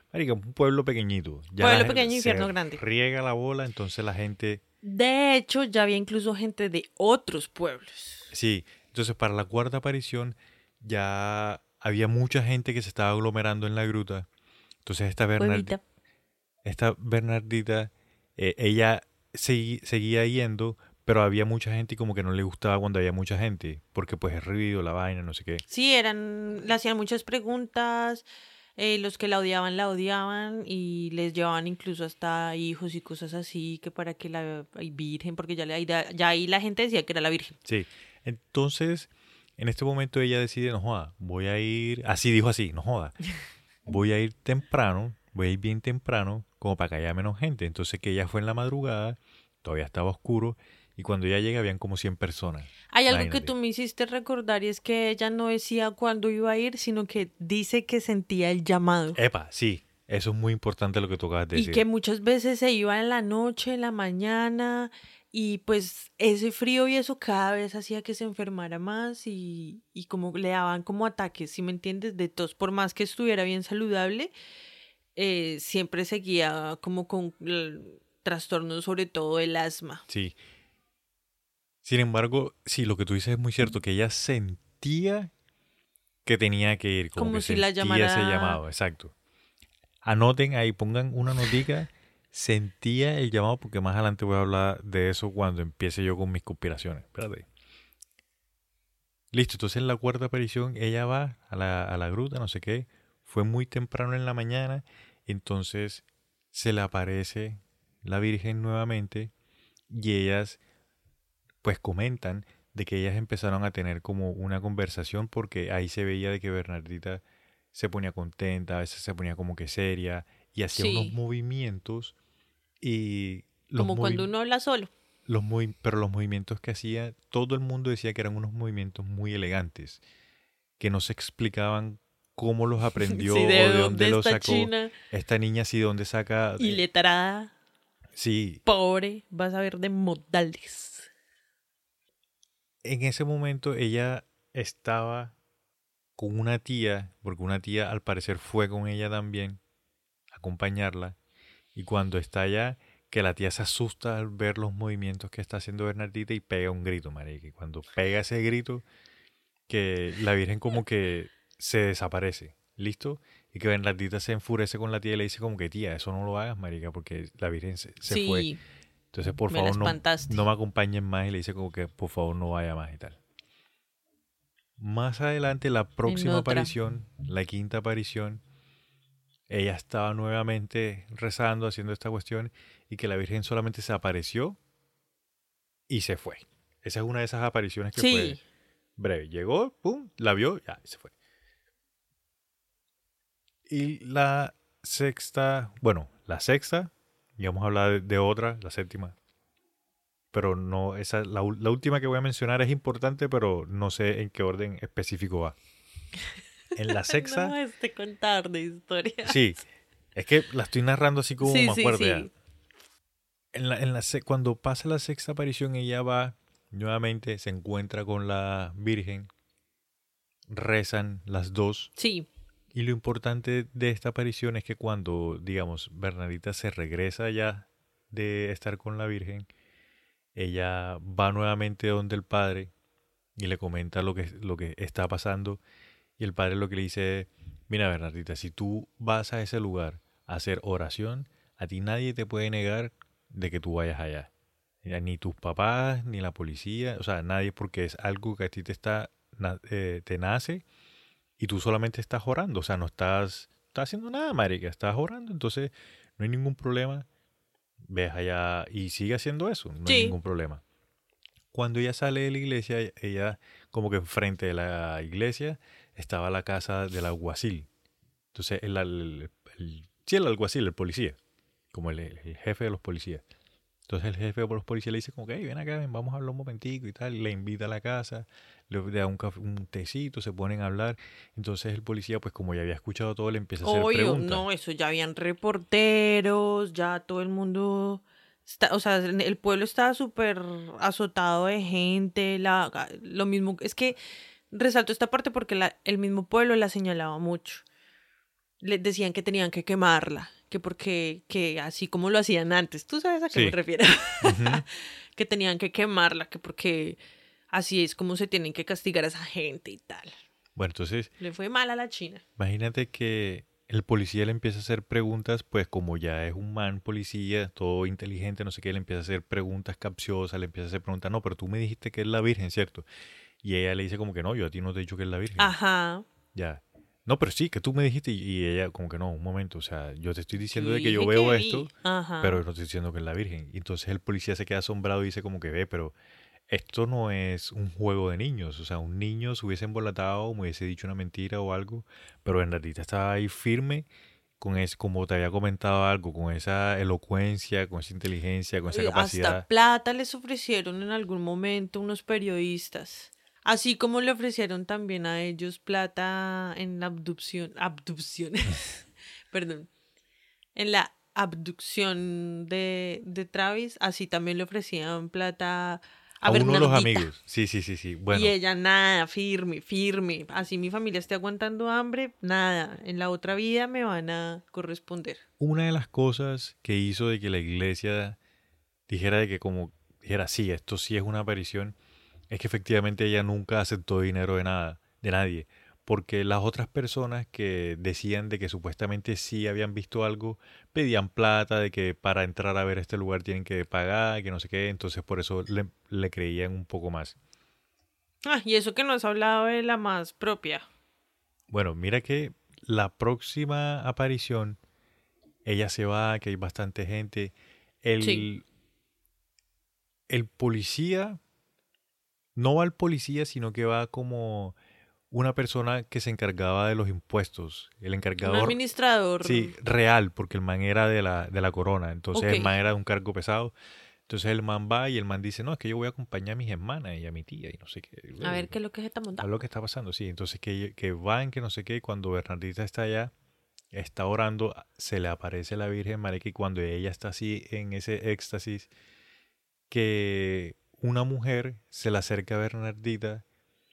marica, un pueblo pequeñito. Ya Pueblo la- pequeño, se infierno grande. riega la bola, entonces la gente... De hecho, ya había incluso gente de otros pueblos. Sí, entonces para la cuarta aparición ya había mucha gente que se estaba aglomerando en la gruta. Entonces esta, Bernard- Huevita. esta Bernardita, eh, ella segui- seguía yendo, pero había mucha gente y como que no le gustaba cuando había mucha gente, porque pues el ruido, la vaina, no sé qué. Sí, eran, le hacían muchas preguntas, eh, los que la odiaban la odiaban y les llevaban incluso hasta hijos y cosas así, que para que la ay, virgen, porque ya, le- ya, ya ahí la gente decía que era la virgen. Sí, entonces en este momento ella decide, no joda, voy a ir, así dijo así, no joda, voy a ir temprano, voy a ir bien temprano, como para que haya menos gente. Entonces que ella fue en la madrugada, todavía estaba oscuro, y cuando ella llega habían como cien personas. Hay algo que Imagínate. tú me hiciste recordar y es que ella no decía cuándo iba a ir, sino que dice que sentía el llamado. Epa, sí, eso es muy importante lo que tú acabas de Y decir. que muchas veces se iba en la noche, en la mañana, y pues ese frío y eso cada vez hacía que se enfermara más y, y como le daban como ataques, si me entiendes, de tos, por más que estuviera bien saludable, eh, siempre seguía como con l- trastornos, sobre todo el asma. Sí. Sin embargo, sí, lo que tú dices es muy cierto, que ella sentía que tenía que ir, como, Como que si la sentía llamara- ese llamado, exacto. Anoten ahí, pongan una notica, sentía el llamado, porque más adelante voy a hablar de eso cuando empiece yo con mis conspiraciones. Espérate. Listo, entonces en la cuarta aparición ella va a la, a la gruta, no sé qué, fue muy temprano en la mañana, entonces se le aparece la Virgen nuevamente y ellas pues comentan de que ellas empezaron a tener como una conversación porque ahí se veía de que Bernardita se ponía contenta, a veces se ponía como que seria y hacía Sí. unos movimientos y los Como cuando movi- uno habla solo. los movi- pero los movimientos que hacía, todo el mundo decía que eran unos movimientos muy elegantes, que no se explicaban cómo los aprendió Sí, o de de dónde dónde los está sacó. China. Esta niña sí de dónde saca. Y eh, letrada, sí, pobre, vas a ver de modales. en ese momento ella estaba con una tía, porque una tía al parecer fue con ella también a acompañarla, y cuando está allá, que la tía se asusta al ver los movimientos que está haciendo Bernardita y pega un grito, marica, y cuando pega ese grito, que la Virgen como que se desaparece, ¿listo? Y que Bernardita se enfurece con la tía y le dice como que tía, eso no lo hagas, marica, porque la Virgen se, se Sí, fue. Entonces, por me la favor, no, espantaste. no me acompañen más y le dice como que por favor no vaya más y tal. Más adelante, la próxima otra. aparición, la quinta aparición, ella estaba nuevamente rezando, haciendo esta cuestión y que la Virgen solamente se apareció y se fue. Esa es una de esas apariciones que fue Sí, breve. Llegó, pum, la vio, ya, y se fue. Y la sexta, bueno, la sexta, y vamos a hablar de, de otra, la séptima. Pero no, esa, la, ul- la última que voy a mencionar es importante, pero no sé en qué orden específico va. En la sexta, no este contar de historia. sí, es que la estoy narrando así como Sí, me sí, acuerdo sí. ya. En la, en la, se- cuando pasa la sexta aparición, ella va nuevamente, se encuentra con la Virgen, rezan las dos. Sí, Y lo importante de esta aparición es que cuando, digamos, Bernardita se regresa ya de estar con la Virgen, ella va nuevamente donde el padre y le comenta lo que, lo que está pasando. Y el padre lo que le dice es, mira Bernardita, si tú vas a ese lugar a hacer oración, a ti nadie te puede negar de que tú vayas allá. Mira, ni tus papás, ni la policía, o sea, nadie, porque es algo que a ti te está na- eh, te nace y tú solamente estás orando, o sea, no estás, estás haciendo nada, marica, estás orando, entonces no hay ningún problema, ves allá y sigue haciendo eso, no hay Sí. ningún problema. Cuando ella sale de la iglesia, ella como que enfrente de la iglesia estaba la casa del alguacil. Entonces, el, el, el- sí, el alguacil, el policía, como el, el jefe de los policías. Entonces el jefe de los policías le dice como que, hey, ven acá, ven, vamos a hablar un momentico y tal. Y le invita a la casa, le da un, café, un tecito, se ponen a hablar. Entonces el policía, pues como ya había escuchado todo, le empieza a hacer obvio, preguntas. no, eso ya habían reporteros, ya todo el mundo, está, o sea, el pueblo estaba súper azotado de gente, la, lo mismo, es que resalto esta parte porque la, el mismo pueblo la señalaba mucho. les decían que tenían que quemarla, que porque, que así como lo hacían antes, tú sabes a qué Sí. me refiero, Ujú. que tenían que quemarla, que porque así es como se tienen que castigar a esa gente y tal. Bueno, entonces, Le fue mal a la China. imagínate que el policía le empieza a hacer preguntas, pues como ya es un man policía, todo inteligente, no sé qué, le empieza a hacer preguntas capciosas, le empieza a hacer preguntas, no, pero tú me dijiste que es la Virgen, ¿cierto? Y ella le dice como que no, yo a ti no te he dicho que es la Virgen. Ajá. Ya. No, pero sí, que tú me dijiste y, y ella como que no, un momento, o sea, yo te estoy diciendo Yo de que yo dije veo que vi. esto, Ajá. pero no te estoy diciendo que es la Virgen. Y entonces el policía se queda asombrado y dice como que ve, pero esto no es un juego de niños, o sea, un niño se hubiese embolatado, me hubiese dicho una mentira o algo, pero Bernardita estaba ahí firme con es, como te había comentado algo, con esa elocuencia, con esa inteligencia, con esa Eh, capacidad. Hasta plata les ofrecieron en algún momento unos periodistas. Así como le ofrecieron también a ellos plata en la abducción. Abducción. Perdón. En la abducción de, de Travis, así también le ofrecían plata a, A uno de los Bernardita. amigos. Sí, sí, sí, sí. Bueno, Y ella nada, firme, firme. Así mi familia esté aguantando hambre, nada. En la otra vida me van a corresponder. una de las cosas que hizo de que la iglesia dijera de que como dijera, sí, esto sí es una aparición, es que efectivamente ella nunca aceptó dinero de nada, de nadie, porque las otras personas que decían de que supuestamente sí habían visto algo, pedían plata, de que para entrar a ver este lugar tienen que pagar, que no sé qué, entonces por eso le, le creían un poco más. Ah, y eso que no has hablado de la más propia. Bueno, mira que la próxima aparición, ella se va, que hay bastante gente, el, Sí. el policía, no va al policía, sino que va como una persona que se encargaba de los impuestos. El Un encargador, administrador. sí, real, porque el man era de la, de la corona. Entonces Ok. el man era de un cargo pesado. Entonces el man va y el man dice, no, es que yo voy a acompañar a mis hermanas y a mi tía y no sé qué. A ver qué es lo que se está A montando. lo que está pasando, sí. Entonces que, que van, que no sé qué, y cuando Bernardita está allá, está orando, se le aparece la Virgen María y cuando ella está así en ese éxtasis, que una mujer se le acerca a Bernardita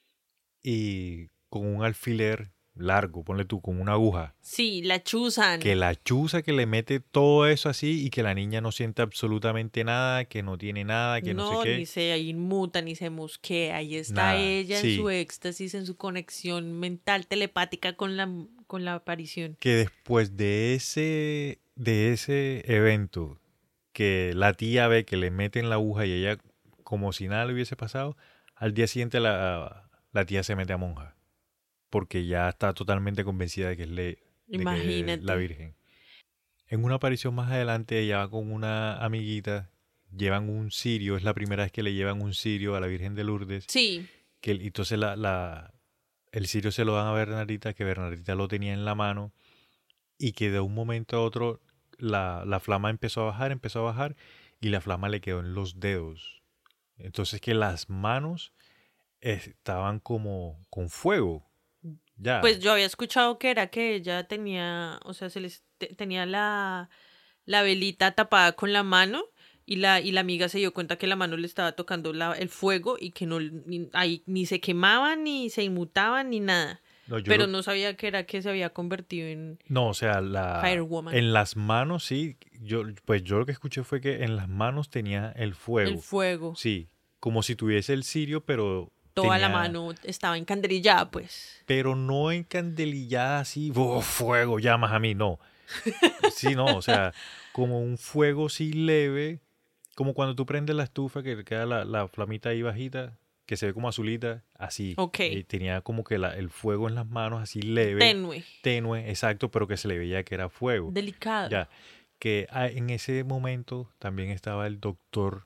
y con un alfiler largo, ponle tú, con una aguja, Sí, la chuzan. que la chuza, que le mete todo eso así y que la niña no siente absolutamente nada, que no tiene nada, que no, No, sé ni qué. se inmuta, ni se mosquea. Ahí está Nada, ella sí. en su éxtasis, en su conexión mental telepática con la, con la aparición. Que después de ese, de ese evento, que la tía ve que le meten la aguja y ella como si nada le hubiese pasado, al día siguiente la, la tía se mete a monja. Porque ya está totalmente convencida de que es, le, de que es Imagínate. la Virgen. En una aparición más adelante, ella va con una amiguita, llevan un cirio, es la primera vez que le llevan un cirio a la Virgen de Lourdes. Sí, Que el- entonces la, la, el cirio se lo dan a Bernardita, que Bernardita lo tenía en la mano, y que de un momento a otro la, la flama empezó a bajar, empezó a bajar, y la flama le quedó en los dedos. Entonces que las manos estaban como con fuego. Ya. pues yo había escuchado que era que ella tenía, o sea, se les te- tenía la, la velita tapada con la mano y la, y la amiga se dio cuenta que la mano le estaba tocando la, el fuego y que no ni, ahí ni se quemaban, ni se inmutaban, ni nada. No, yo Pero lo- no sabía que era que se había convertido en No, o sea, la, Firewoman. en las manos sí, yo, pues yo lo que escuché fue que en las manos tenía el fuego. el fuego. Sí, como si tuviese el cirio, pero Toda la tenía- mano estaba encandelillada, pues. pero no encandelillada así, ¡oh, fuego, llamas a mí! No. Sí, no, o sea, como un fuego sí leve, como cuando tú prendes la estufa que queda la, la flamita ahí bajita, que se ve como azulita, así. Ok. Eh, tenía como que la- el fuego en las manos así leve, Tenue. tenue, exacto, pero que se le veía que era fuego. Delicado. Ya, que ah, en ese momento también estaba el doctor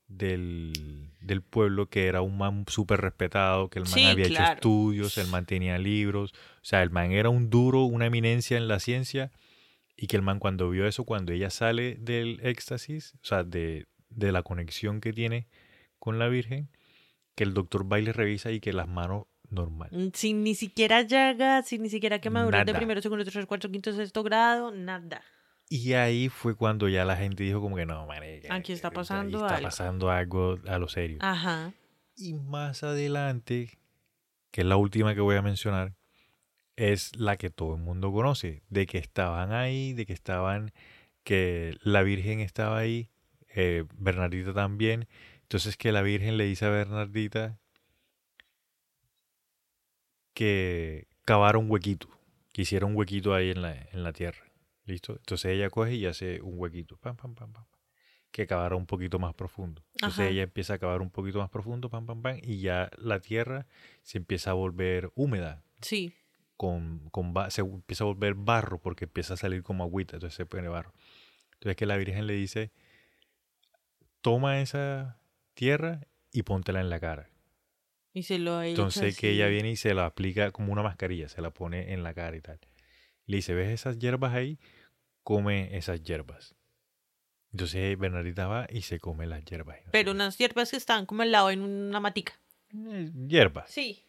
del, del pueblo, que era un man súper respetado, que el man Sí, había hecho claro. estudios, el man tenía libros, o sea, el man era un duro, una eminencia en la ciencia, y que el man cuando vio eso, cuando ella sale del éxtasis, o sea, de, de la conexión que tiene con la Virgen, que el doctor va y le revisa y que las manos normal. Mm, Sin ni siquiera llagas, sin ni siquiera quemaduras de Nada. primero, segundo, tercero, cuarto, quinto, sexto grado, nada. Y ahí fue cuando ya la gente dijo como que no, marica, Aquí está aquí pasando está algo. pasando algo a lo serio. Ajá. Y más adelante, que es la última que voy a mencionar, es la que todo el mundo conoce, de que estaban ahí, de que estaban, que la Virgen estaba ahí, eh, Bernardita también. Entonces que la Virgen le dice a Bernardita que cavara un huequito, que hiciera un huequito ahí en la, en la tierra. ¿Listo? Entonces ella coge y hace un huequito, pam, pam, pam, pam, que cavara un poquito más profundo. Entonces Ajá. ella empieza a cavar un poquito más profundo, pam, pam, pam, y ya la tierra se empieza a volver húmeda, Sí. con, con ba- se empieza a volver barro porque empieza a salir como agüita, entonces se pone barro. Entonces que la Virgen le dice, toma esa tierra y póntela en la cara. Y se lo ha hecho Entonces que ella así. viene y se la aplica como una mascarilla, se la pone en la cara y tal. Le dice, ¿ves esas hierbas ahí? Come esas hierbas. Entonces Bernardita va y se come las hierbas. y no sé Pero qué. unas hierbas que estaban como al lado en una matica. Eh, hierbas. Sí.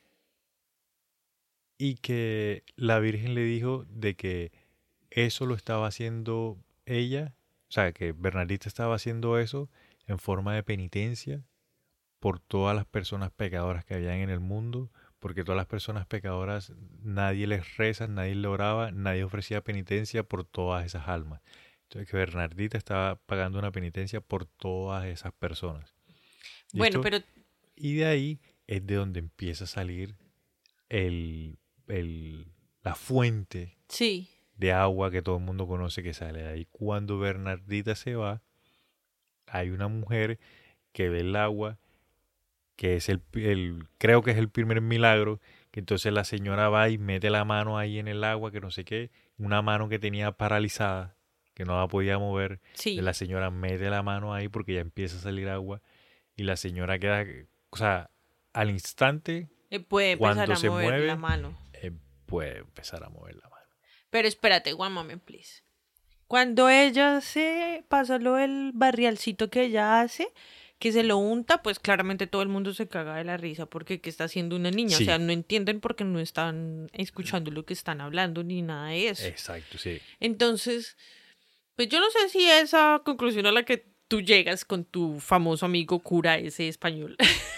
Y que la Virgen le dijo de que eso lo estaba haciendo ella, o sea, que Bernardita estaba haciendo eso en forma de penitencia por todas las personas pecadoras que habían en el mundo, porque todas las personas pecadoras nadie les reza, nadie le oraba, nadie ofrecía penitencia por todas esas almas. Entonces que Bernardita estaba pagando una penitencia por todas esas personas. Bueno, ¿Listo? pero Y de ahí es de donde empieza a salir el, el, la fuente sí. de agua que todo el mundo conoce que sale de ahí. Cuando Bernardita se va, hay una mujer que ve el agua, que es el, el creo que es el primer milagro, que entonces la señora va y mete la mano ahí en el agua, que no sé qué, una mano que tenía paralizada, que no la podía mover, Sí. la señora mete la mano ahí porque ya empieza a salir agua y la señora queda, o sea, al instante, Eh, puede empezar cuando a se mover mueve, la mano. eh, puede empezar a mover la mano. Pero espérate, one moment, please. Cuando ella se pasa lo del barrialcito que ella hace, que se lo unta, pues claramente todo el mundo se caga de la risa porque ¿qué está haciendo una niña? O Sí. sea, no entienden porque no están escuchando lo que están hablando ni nada de eso. Exacto, sí. Entonces, pues yo no sé si esa conclusión a la que tú llegas con tu famoso amigo cura ese español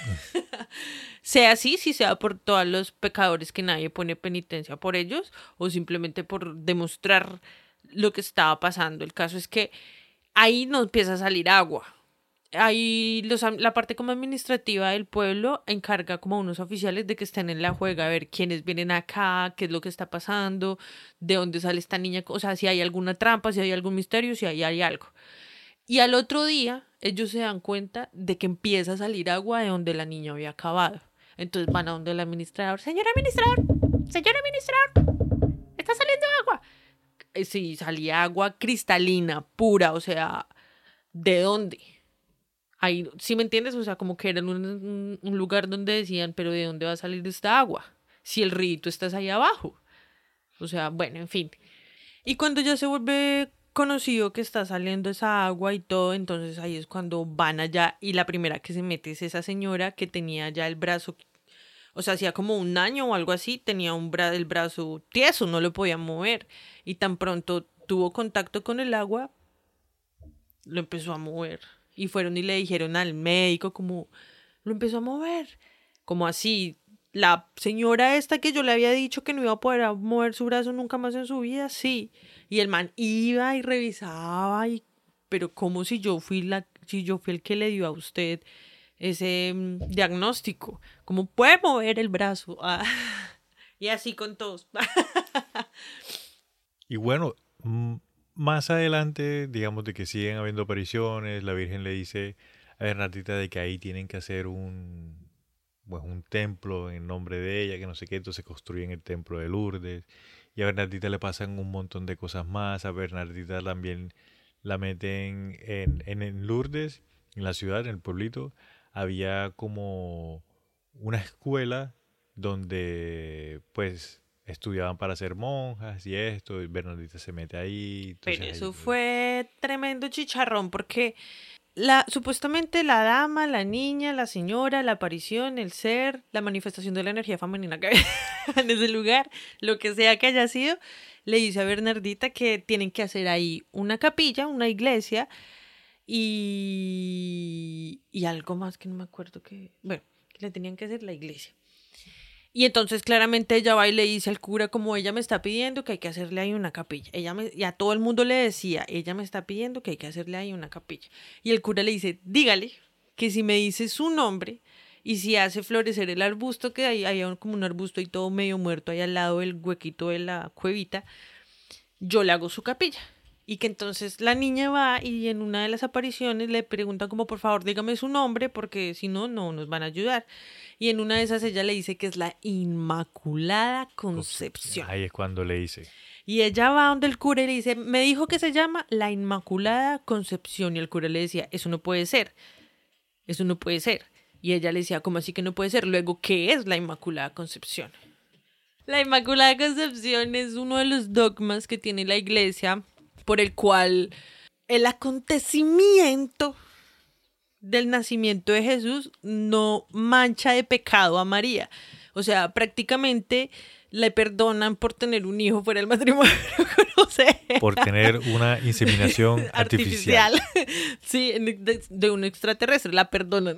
sea así, si sea por todos los pecadores que nadie pone penitencia por ellos o simplemente por demostrar lo que estaba pasando. El caso es que ahí no empieza a salir agua. Ahí los, la parte como administrativa del pueblo encarga como a unos oficiales de que estén en la juega a ver quiénes vienen acá, qué es lo que está pasando, de dónde sale esta niña, o sea, si hay alguna trampa, si hay algún misterio, si ahí hay algo. Y al otro día ellos se dan cuenta de que empieza a salir agua de donde la niña había acabado. Entonces van a donde el administrador, señor administrador, señor administrador, está saliendo agua. Sí, salía agua cristalina, pura, o sea, ¿de dónde? Ahí, ¿sí me entiendes? O sea, como que era un, un, un lugar donde decían, pero ¿de dónde va a salir esta agua? Si el río está ahí abajo. O sea, bueno, en fin. Y cuando ya se vuelve conocido que está saliendo esa agua y todo, entonces ahí es cuando van allá y la primera que se mete es esa señora que tenía ya el brazo, o sea, hacía como un año o algo así, tenía un bra el brazo tieso, no lo podía mover y tan pronto tuvo contacto con el agua, lo empezó a mover y fueron y le dijeron al médico como, lo empezó a mover, como así. La señora esta que yo le había dicho que no iba a poder mover su brazo nunca más en su vida, sí. Y el man iba y revisaba, y, pero como si yo fui la, si yo fui el que le dio a usted ese um, diagnóstico. ¿Cómo puede mover el brazo? Ah, y así con todos. Y bueno, m- más adelante, digamos de que siguen habiendo apariciones, la Virgen le dice a Bernardita de que ahí tienen que hacer un, pues, un templo en nombre de ella, que no sé qué, entonces construyen el templo de Lourdes. Y a Bernardita le pasan un montón de cosas más. A Bernardita también la meten en, en, en Lourdes, en la ciudad, en el pueblito. Había como una escuela donde pues estudiaban para ser monjas y esto. Y Bernardita se mete ahí. Entonces, Pero ahí, eso pues, fue tremendo chicharrón porque la, supuestamente la dama, la niña, la señora, la aparición, el ser, la manifestación de la energía femenina que había en ese lugar, lo que sea que haya sido, le dice a Bernardita que tienen que hacer ahí una capilla, una iglesia y, y algo más que no me acuerdo que, bueno, que le tenían que hacer la iglesia. Y entonces claramente ella va y le dice al cura como ella me está pidiendo que hay que hacerle ahí una capilla. Ella me, y a todo el mundo le decía, ella me está pidiendo que hay que hacerle ahí una capilla. Y el cura le dice, dígale que si me dice su nombre y si hace florecer el arbusto, que hay, hay un- como un arbusto y todo medio muerto ahí al lado del huequito de la cuevita, yo le hago su capilla. Y que entonces la niña va y en una de las apariciones le preguntan como por favor dígame su nombre porque si no, no nos van a ayudar. Y en una de esas ella le dice que es la Inmaculada Concepción. Ahí es cuando le dice. Y ella va donde el cura y le dice, me dijo que se llama la Inmaculada Concepción. Y el cura le decía, eso no puede ser, eso no puede ser. Y ella le decía, ¿cómo así que no puede ser? Luego, ¿qué es la Inmaculada Concepción? La Inmaculada Concepción es uno de los dogmas que tiene la iglesia por el cual el acontecimiento del nacimiento de Jesús no mancha de pecado a María. O sea, prácticamente le perdonan por tener un hijo fuera del matrimonio, no sé. Por tener una inseminación artificial. Sí, de, de un extraterrestre, la perdonan.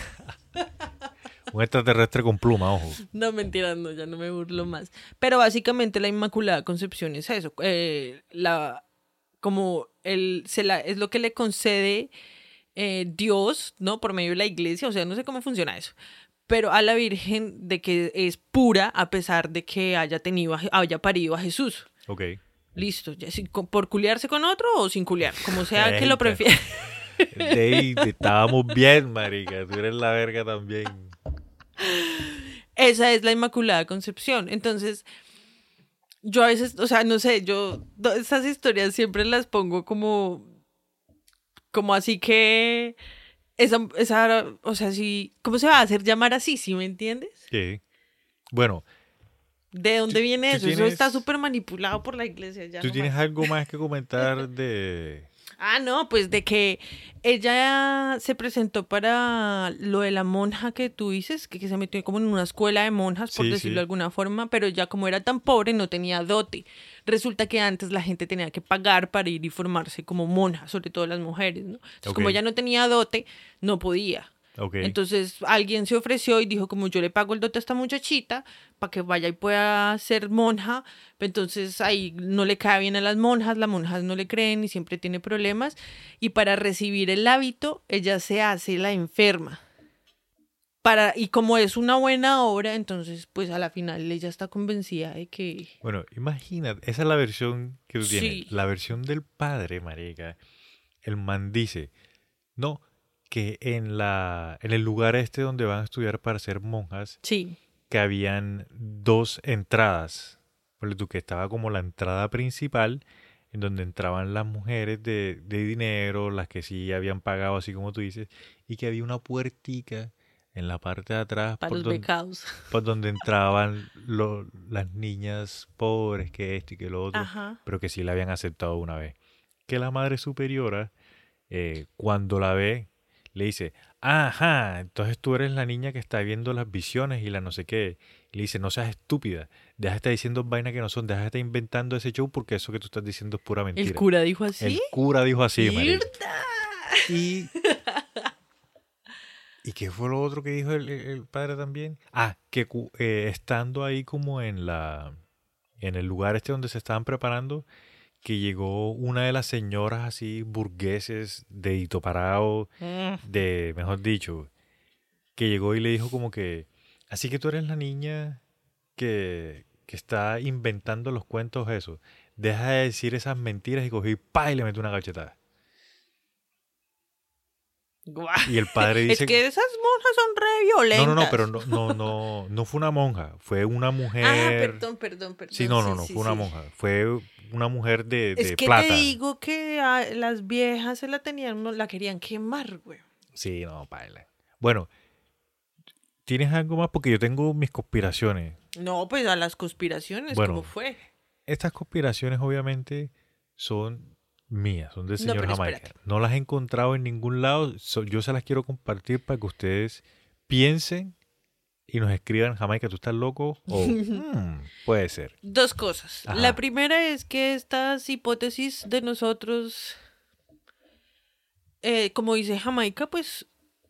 Un extraterrestre con pluma, ojo. No, mentira, no, ya no me burlo más. Pero básicamente la Inmaculada Concepción es eso. Eh, la, como el, se la, es lo que le concede eh, Dios, ¿no? Por medio de la iglesia. O sea, no sé cómo funciona eso. Pero a la Virgen de que es pura a pesar de que haya tenido, a- haya parido a Jesús. Ok. Listo. Ya, si- con- ¿por culiarse con otro o sin culiar? Como sea que lo Eita. prefiera. De ahí estábamos bien, marica. Tú eres la verga también. Esa es la Inmaculada Concepción. Entonces, yo a veces, o sea, no sé, yo do- esas historias siempre las pongo como, como así que, esa, esa, o sea, sí, ¿cómo se va a hacer llamar así? ¿Sí me entiendes? Sí. Bueno, ¿De dónde Tú- viene tú eso? Eso tienes- está súper manipulado por la iglesia. Ya ¿tú no tienes más. algo más que comentar de... Ah, no, pues de que ella se presentó para lo de la monja que tú dices, que, que se metió como en una escuela de monjas, por Sí, decirlo sí. de alguna forma, pero ya como era tan pobre no tenía dote. Resulta que antes la gente tenía que pagar para ir y formarse como monja, sobre todo las mujeres, ¿no? Entonces, como Ok. ella no tenía dote, no podía. Ok. Entonces alguien se ofreció y dijo como yo le pago el dote a esta muchachita para que vaya y pueda ser monja. Entonces ahí no le cae bien a las monjas, las monjas no le creen y siempre tiene problemas. Y para recibir el hábito ella se hace la enferma. Para, y como es una buena obra, entonces pues a la final ella está convencida de que... Bueno, imagínate, esa es la versión que tú tienes. Sí. La versión del padre, marica. El man dice, no, que en la en el lugar este donde van a estudiar para ser monjas, Sí, que habían dos entradas. Por tú que estaba como la entrada principal, en donde entraban las mujeres de, de dinero, las que sí habían pagado, así como tú dices, y que había una puertica en la parte de atrás para por los donde, becados. por donde entraban lo- las niñas pobres, que esto y que lo otro, Ajá. pero que sí la habían aceptado una vez. Que la madre superiora, eh, cuando la ve, le dice, ajá, entonces tú eres la niña que está viendo las visiones y la no sé qué. Y le dice, no seas estúpida, deja de estar diciendo vainas que no son, deja de estar inventando ese show porque eso que tú estás diciendo es pura mentira. El cura dijo así. El cura dijo así, marica. ¡Irta! Y... ¿Y qué fue lo otro que dijo el, el- el padre también? Ah, que cu- eh, estando ahí como en la en el lugar este donde se estaban preparando, que llegó una de las señoras así burgueses, dedito parado, Mm. de, mejor dicho, que llegó y le dijo como que, así que tú eres la niña que, que está inventando los cuentos eso, deja de decir esas mentiras y cogí pa y le metió una cachetada. Guau. Y el padre Es dice que esas monjas son re violentas. no, no, no, pero no, no, no, no fue una monja, fue una mujer. Ah, perdón, perdón, perdón. Sí, no, no, no, sí, fue una sí. monja, fue una mujer de, de Es que plata. te digo que a las viejas se la tenían, no la querían quemar, güey. Sí, no, paila. Bueno, ¿tienes algo más? Porque yo tengo mis conspiraciones. No, pues a las conspiraciones, Bueno. ¿cómo fue? Estas conspiraciones obviamente son mías, son del No, señor pero Jamaica. espérate. No las he encontrado en ningún lado. so- yo se las quiero compartir para que ustedes piensen y nos escriban, Jamaica, ¿tú estás loco? O, "Hmm, puede ser. Dos cosas. Ajá. La primera es que estas hipótesis de nosotros, eh, como dice Jamaica, pues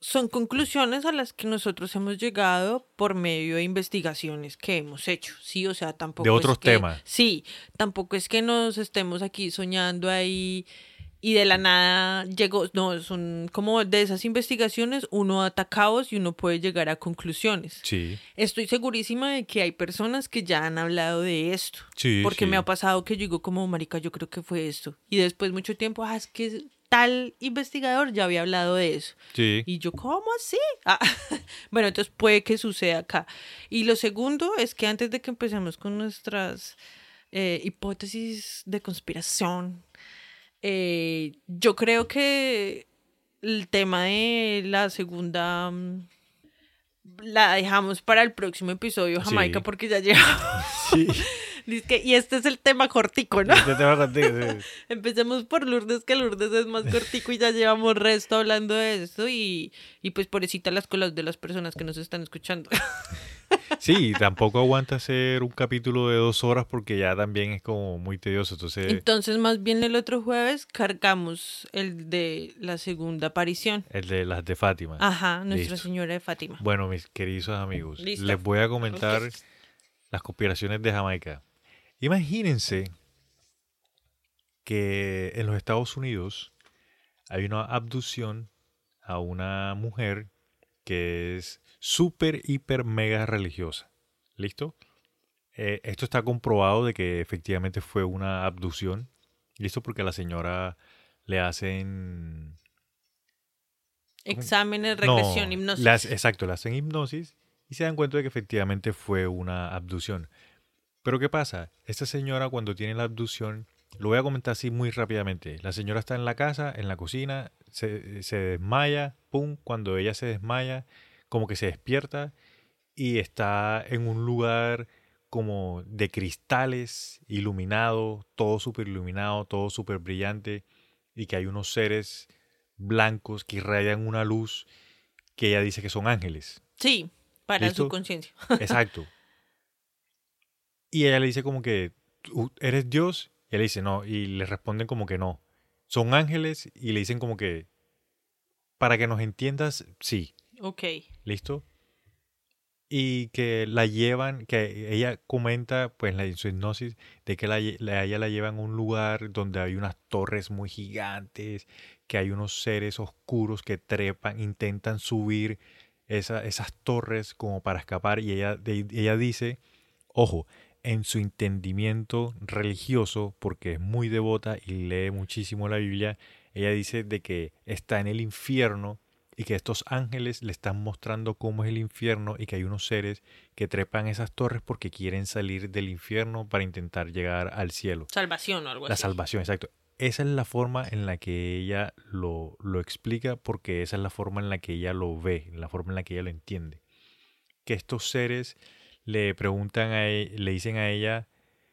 son conclusiones a las que nosotros hemos llegado por medio de investigaciones que hemos hecho, ¿sí? O sea, tampoco De otros es que, temas. Sí, tampoco es que nos estemos aquí soñando ahí y de la nada llegó, no, son como de esas investigaciones uno ata cabos y uno puede llegar a conclusiones. Sí, Estoy segurísima de que hay personas que ya han hablado de esto. sí, Porque sí. me ha pasado que yo digo como, marica, yo creo que fue esto. Y después mucho tiempo, ah, es que tal investigador ya había hablado de eso. Sí. Y yo, ¿cómo así? Ah, bueno, entonces puede que suceda acá. Y lo segundo es que antes de que empecemos con nuestras eh, hipótesis de conspiración, eh, yo creo que el tema de la segunda mm, la dejamos para el próximo episodio, Jamaica, Sí. porque ya llevamos. Sí. Dice que- y este es el tema cortico, ¿no? Este tema contigo, sí. Empecemos por Lourdes, que Lourdes es más cortico y ya llevamos resto hablando de esto y, y pues pobrecita las colas de las personas que nos están escuchando. Sí, tampoco aguanta hacer un capítulo de dos horas porque ya también es como muy tedioso. Entonces, Entonces, más bien el otro jueves cargamos el de la segunda aparición. el de las de Fátima. Ajá, Nuestra Listo. Señora de Fátima. Bueno, mis queridos amigos, Listo. les voy a comentar Ok. las conspiraciones de Jamaica. Imagínense que en los Estados Unidos hay una abducción a una mujer que es súper, hiper, mega religiosa. ¿Listo? Eh, esto está comprobado de que efectivamente fue una abducción. ¿Listo? Porque a la señora le hacen... Exámenes, No, regresión, hipnosis. le hace- exacto, le hacen hipnosis y se dan cuenta de que efectivamente fue una abducción. Pero ¿qué pasa? Esta señora cuando tiene la abducción, lo voy a comentar así muy rápidamente. La señora está en la casa, en la cocina, se, se desmaya, pum, cuando ella se desmaya, como que se despierta y está en un lugar como de cristales, iluminado, todo súper iluminado, todo súper brillante y que hay unos seres blancos que irradian una luz que ella dice que son ángeles. Sí, para ¿Listo? su conciencia. Exacto. Y ella le dice como que, "¿Tú eres Dios?" Y él le dice no. Y le responden como que no. Son ángeles y le dicen como que, para que nos entiendas, sí. Ok. ¿Listo? Y que la llevan, que ella comenta, pues en su hipnosis, de que la, lle- la- ella la llevan a un lugar donde hay unas torres muy gigantes, que hay unos seres oscuros que trepan, intentan subir esa- esas torres como para escapar. Y ella, de- ella dice, ojo, en su entendimiento religioso, porque es muy devota y lee muchísimo la Biblia, ella dice de que está en el infierno y que estos ángeles le están mostrando cómo es el infierno y que hay unos seres que trepan esas torres porque quieren salir del infierno para intentar llegar al cielo. Salvación o algo La así. salvación, exacto. Esa es la forma en la que ella lo, lo explica porque esa es la forma en la que ella lo ve, la forma en la que ella lo entiende. Que estos seres le preguntan a e- le dicen a ella,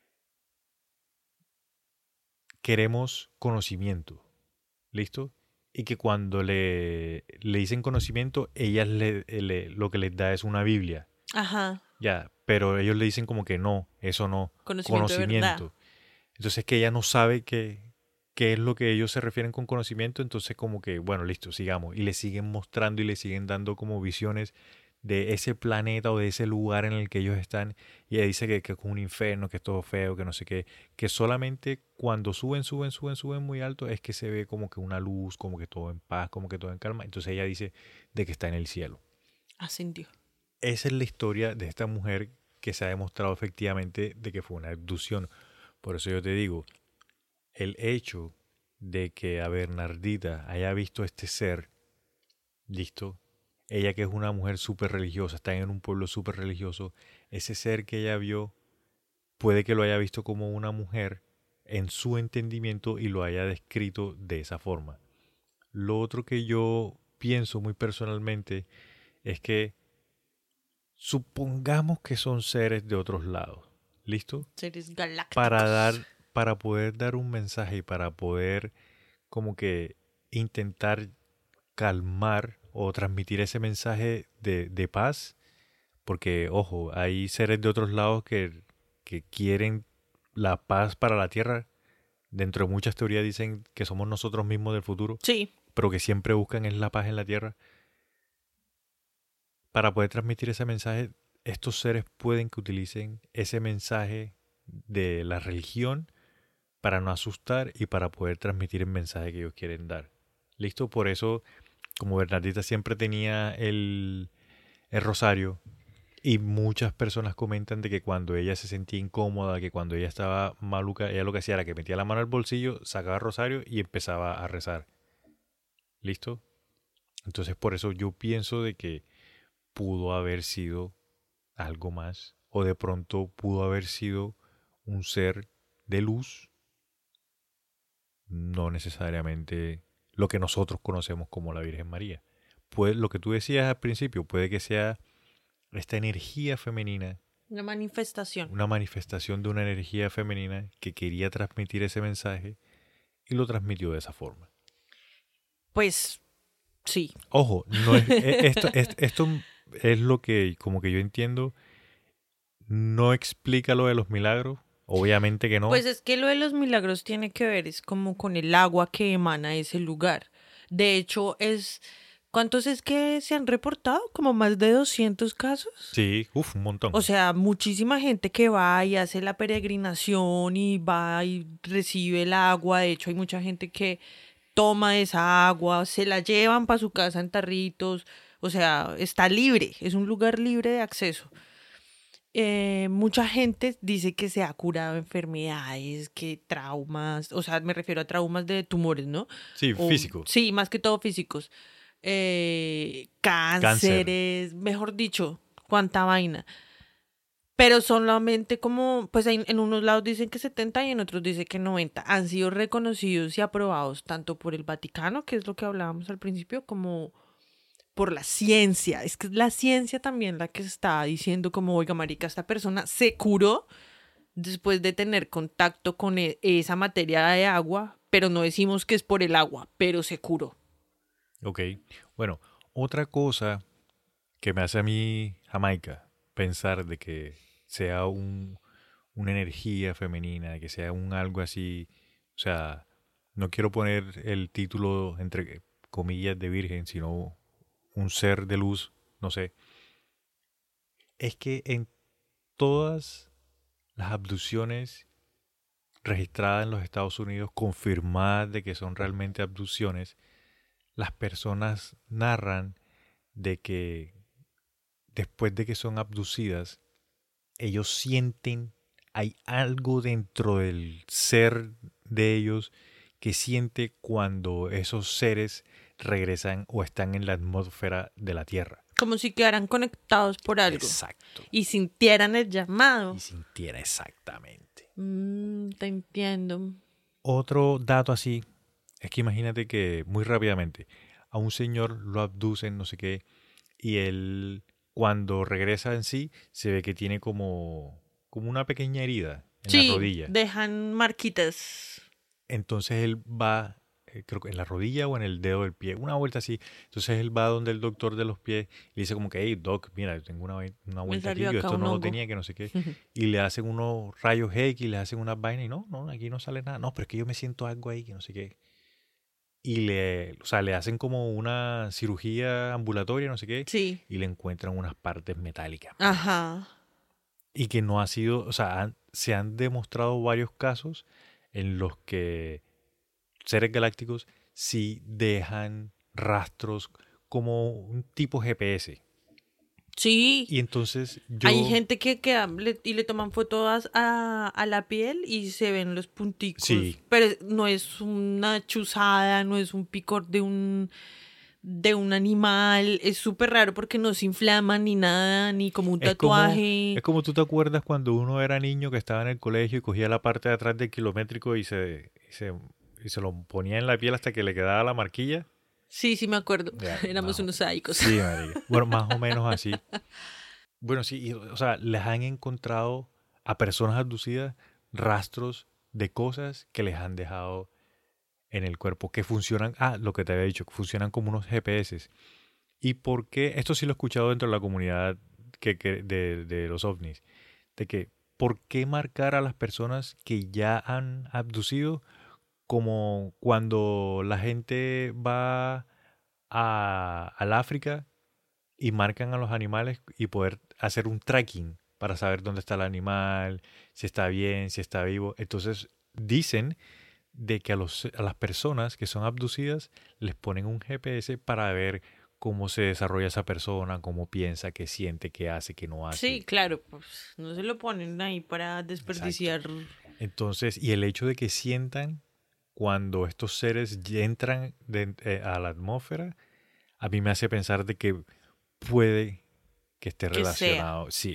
queremos conocimiento, ¿listo? Y que cuando le, le dicen conocimiento, ellas le, le- lo que les da es una Biblia, Ajá. ya, pero ellos le dicen como que no, eso no, Conocimiento de verdad. Entonces que ella no sabe qué, qué es lo que ellos se refieren con conocimiento, entonces como que, bueno, listo, sigamos. Y le siguen mostrando y le siguen dando como visiones de ese planeta o de ese lugar en el que ellos están. Y ella dice que, que es un infierno, que es todo feo, que no sé qué. Que solamente cuando suben, suben, suben, suben muy alto es que se ve como que una luz, como que todo en paz, como que todo en calma. Entonces ella dice de que está en el cielo. Ascendió. Esa es la historia de esta mujer que se ha demostrado efectivamente de que fue una abducción. Por eso yo te digo, el hecho de que a Bernardita haya visto este ser, listo, ella que es una mujer súper religiosa, está en un pueblo súper religioso, ese ser que ella vio puede que lo haya visto como una mujer en su entendimiento y lo haya descrito de esa forma. Lo otro que yo pienso muy personalmente es que supongamos que son seres de otros lados, ¿listo? Seres galácticos. Para dar, para poder dar un mensaje y para poder como que intentar calmar o transmitir ese mensaje de, de paz, porque ojo, hay seres de otros lados que, que quieren la paz para la tierra. Dentro de muchas teorías dicen que somos nosotros mismos del futuro, Sí. pero que siempre buscan es la paz en la tierra. para poder transmitir ese mensaje, estos seres pueden que utilicen ese mensaje de la religión para no asustar y para poder transmitir el mensaje que ellos quieren dar. ¿Listo? Por eso, como Bernardita siempre tenía el, el rosario, y muchas personas comentan de que cuando ella se sentía incómoda, que cuando ella estaba maluca, ella lo que hacía era que metía la mano al bolsillo, sacaba el rosario y empezaba a rezar. ¿Listo? Entonces por eso yo pienso de que pudo haber sido algo más, o de pronto pudo haber sido un ser de luz, no necesariamente lo que nosotros conocemos como la Virgen María. Pues lo que tú decías al principio, puede que sea esta energía femenina, Una manifestación. una manifestación de una energía femenina que quería transmitir ese mensaje y lo transmitió de esa forma. Pues sí. Ojo, no es, e- esto, es- esto es lo que como que yo entiendo, no explica lo de los milagros, obviamente que no. Pues es que lo de los milagros tiene que ver, es como con el agua que emana ese lugar. De hecho, es... ¿Cuántos es que se han reportado? ¿Como más de doscientos casos? Sí, uff, un montón. O sea, muchísima gente que va y hace la peregrinación y va y recibe el agua. De hecho, hay mucha gente que toma esa agua, se la llevan para su casa en tarritos. O sea, está libre, es un lugar libre de acceso. Eh, mucha gente dice que se ha curado enfermedades, que traumas, o sea, me refiero a traumas de tumores, ¿no? Sí, O- físico. Sí, más que todo físicos. Eh, cánceres, mejor dicho, cuánta vaina. Pero solamente como, pues en, en unos lados dicen que setenta y en otros dicen que noventa. Han sido reconocidos y aprobados tanto por el Vaticano, que es lo que hablábamos al principio, como por la ciencia. Es que es la ciencia también la que está diciendo como, oiga, marica, esta persona se curó después de tener contacto con e- esa materia de agua, pero no decimos que es por el agua, pero se curó. Ok. Bueno, otra cosa que me hace a mí, Jamaica, pensar de que sea un, una energía femenina, que sea un algo así, o sea, no quiero poner el título entre comillas de virgen, sino un ser de luz, no sé. Es que en todas las abducciones registradas en los Estados Unidos, confirmadas de que son realmente abducciones, las personas narran de que después de que son abducidas, ellos sienten, hay algo dentro del ser de ellos que siente cuando esos seres regresan o están en la atmósfera de la Tierra. Como si quedaran conectados por algo. Exacto. Y sintieran el llamado. Y sintiera exactamente. Mm, te entiendo. Otro dato así es que imagínate que muy rápidamente a un señor lo abducen, no sé qué, y él cuando regresa en sí se ve que tiene como, como una pequeña herida en la Sí, rodilla. dejan marquitas. Entonces él va, eh, creo que en la rodilla o en el dedo del pie, una vuelta así. Entonces él va donde el doctor de los pies y le dice como que, hey, doc, mira, yo tengo una, vai- una vuelta aquí, salió yo acá esto un no lo hongo. tenía, que no sé qué. Y le hacen unos rayos X, le hacen unas vainas y no, no, aquí no sale nada. No, pero es que yo me siento algo ahí, que no sé qué. Y le, o sea, le hacen como una cirugía ambulatoria, no sé qué, Sí. y le encuentran unas partes metálicas. Ajá. Y que no ha sido, o sea, han- se han demostrado varios casos en los que seres galácticos sí dejan rastros como un tipo G P S. Sí. Y entonces yo... Hay gente que, que le- y le toman fotos a, a la piel y se ven los punticos. Sí. Pero no es una chuzada, no es un picor de un de un animal. Es súper raro porque no se inflaman ni nada, ni como un Es como, tatuaje. es como tú te acuerdas cuando uno era niño que estaba en el colegio y cogía la parte de atrás del kilométrico y se, y se, y se lo ponía en la piel hasta que le quedaba la marquilla. Sí, sí me acuerdo. Ya, Éramos más o- unos sádicos. Sí, marica. Bueno, más o menos así. Bueno, sí, y, o sea, les han encontrado a personas abducidas rastros de cosas que les han dejado en el cuerpo, que funcionan, ah, lo que te había dicho, que funcionan como unos G P S. ¿Y por qué? Esto sí lo he escuchado dentro de la comunidad que, que- de, de los ovnis, de que, ¿por qué marcar a las personas que ya han abducido como cuando la gente va a, al África y marcan a los animales y poder hacer un tracking para saber dónde está el animal, si está bien, si está vivo. Entonces dicen de que a, los, a las personas que son abducidas les ponen un G P S para ver cómo se desarrolla esa persona, cómo piensa, qué siente, qué hace, qué no hace. Sí, claro, pues no se lo ponen ahí para desperdiciar. Exacto. Entonces, y el hecho de que sientan cuando estos seres ya entran de, eh, a la atmósfera, a mí me hace pensar de que puede que esté Que relacionado. Sí.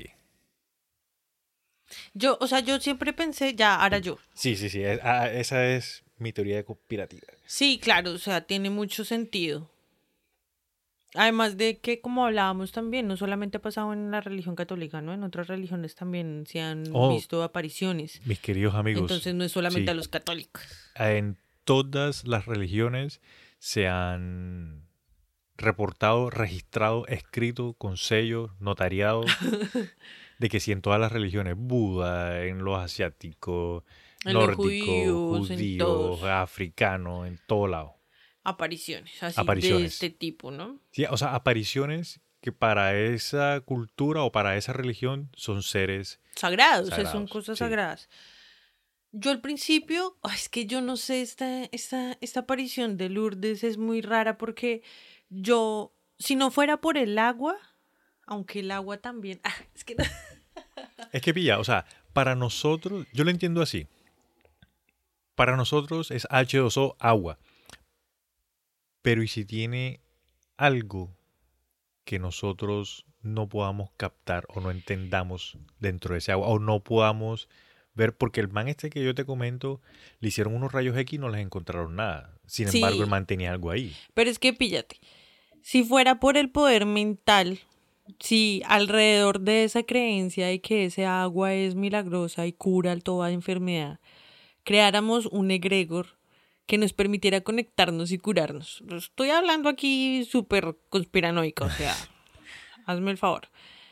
Yo, o sea, yo siempre pensé, ya, ahora yo. Sí, sí, sí. es- ah, esa es mi teoría conspirativa. Sí, claro, o sea, tiene mucho sentido. Además de que, como hablábamos también, no solamente ha pasado en la religión católica, ¿no? En otras religiones también se han Oh, visto apariciones. mis queridos amigos, Entonces no es solamente sí, a los católicos. en todas las religiones se han reportado, registrado, escrito con sello, notariado, de que sí en todas las religiones, Buda, en los asiáticos, En los nórdicos, judíos, en judíos, todos. africanos, en todo lado. Apariciones, así de Apariciones. este tipo, ¿no? Sí, o sea, apariciones que para esa cultura o para esa religión son seres Sagrados, o sea, son sagrados. cosas Sí. sagradas. Yo al principio, ay, es que yo no sé, esta, esta, esta aparición de Lourdes es muy rara porque yo, si no fuera por el agua, aunque el agua también, ah, es que no. Es que pilla, o sea, para nosotros, yo lo entiendo así. Para nosotros es H dos O, agua. Pero ¿y si tiene algo que nosotros no podamos captar o no entendamos dentro de ese agua o no podamos ver? Porque el man este que yo te comento, le hicieron unos rayos X y no les encontraron nada. Sin embargo, el Sí, man tenía algo ahí. pero es que píllate, si fuera por el poder mental, si alrededor de esa creencia de que ese agua es milagrosa y cura toda enfermedad, creáramos un egregor que nos permitiera conectarnos y curarnos. Estoy hablando aquí súper conspiranoica, o sea, hazme el favor.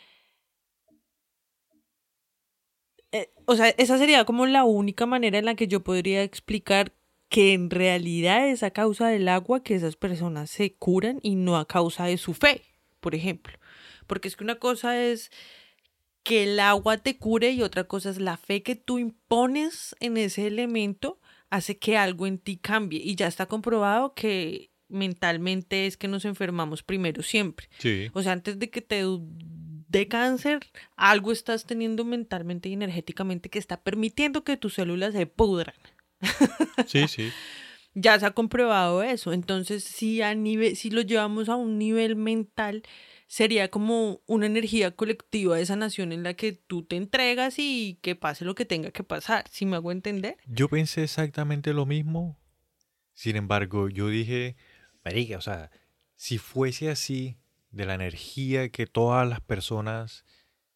Eh, o sea, esa sería como la única manera en la que yo podría explicar que en realidad es a causa del agua que esas personas se curan y no a causa de su fe, por ejemplo. Porque es que una cosa es que el agua te cure y otra cosa es la fe que tú impones en ese elemento hace que algo en ti cambie. Y ya está comprobado que mentalmente es que nos enfermamos primero siempre. Sí. O sea, antes de que te dé cáncer, algo estás teniendo mentalmente y energéticamente que está permitiendo que tus células se pudran. Sí, sí. Ya se ha comprobado eso. Entonces, si, a nivel, si lo llevamos a un nivel mental, sería como una energía colectiva de sanación en la que tú te entregas y que pase lo que tenga que pasar. ¿Sí me hago entender? Yo pensé exactamente lo mismo. Sin embargo, yo dije, marica, o sea, si fuese así, de la energía que todas las personas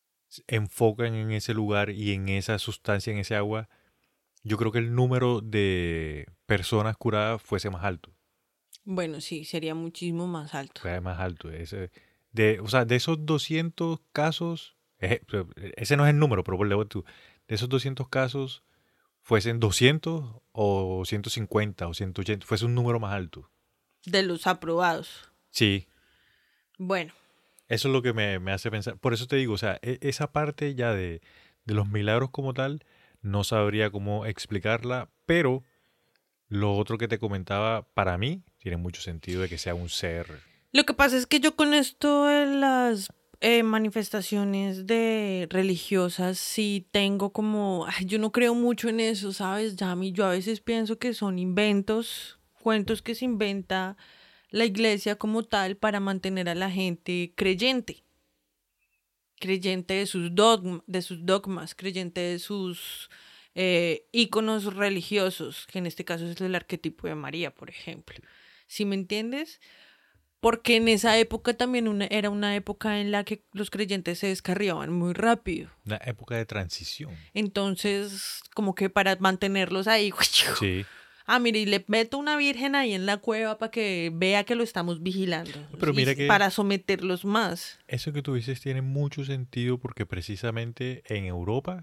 enfocan en ese lugar y en esa sustancia, en ese agua, yo creo que el número de personas curadas fuese más alto. Bueno, sí, sería muchísimo más alto. Fuera más alto. Ese, de, o sea, de esos doscientos casos, eh, ese no es el número, pero ponle tú, de esos doscientos casos, fuesen doscientos o ciento cincuenta o ciento ochenta, fuese un número más alto. De los aprobados. Sí, Bueno, eso es lo que me, me hace pensar. Por eso te digo, o sea, e- esa parte ya de, de los milagros como tal, no sabría cómo explicarla, pero lo otro que te comentaba, para mí, tiene mucho sentido de que sea un ser. lo que pasa es que yo con esto de las eh, manifestaciones de religiosas sí tengo como, ay, yo no creo mucho en eso, ¿sabes, Yami? Yo a veces pienso que son inventos, cuentos que se inventa la iglesia como tal para mantener a la gente creyente, creyente de sus dogmas, de sus dogmas, creyente de sus eh, íconos religiosos, que en este caso es el arquetipo de María, por ejemplo. ¿Sí me entiendes? Porque en esa época también una, era una época en la que los creyentes se descarriaban muy rápido. Una época de transición. Entonces, como que para mantenerlos ahí, Sí. ah, mire, y le meto una virgen ahí en la cueva para que vea que lo estamos vigilando. Pero Y mira que para someterlos más. eso que tú dices tiene mucho sentido porque precisamente en Europa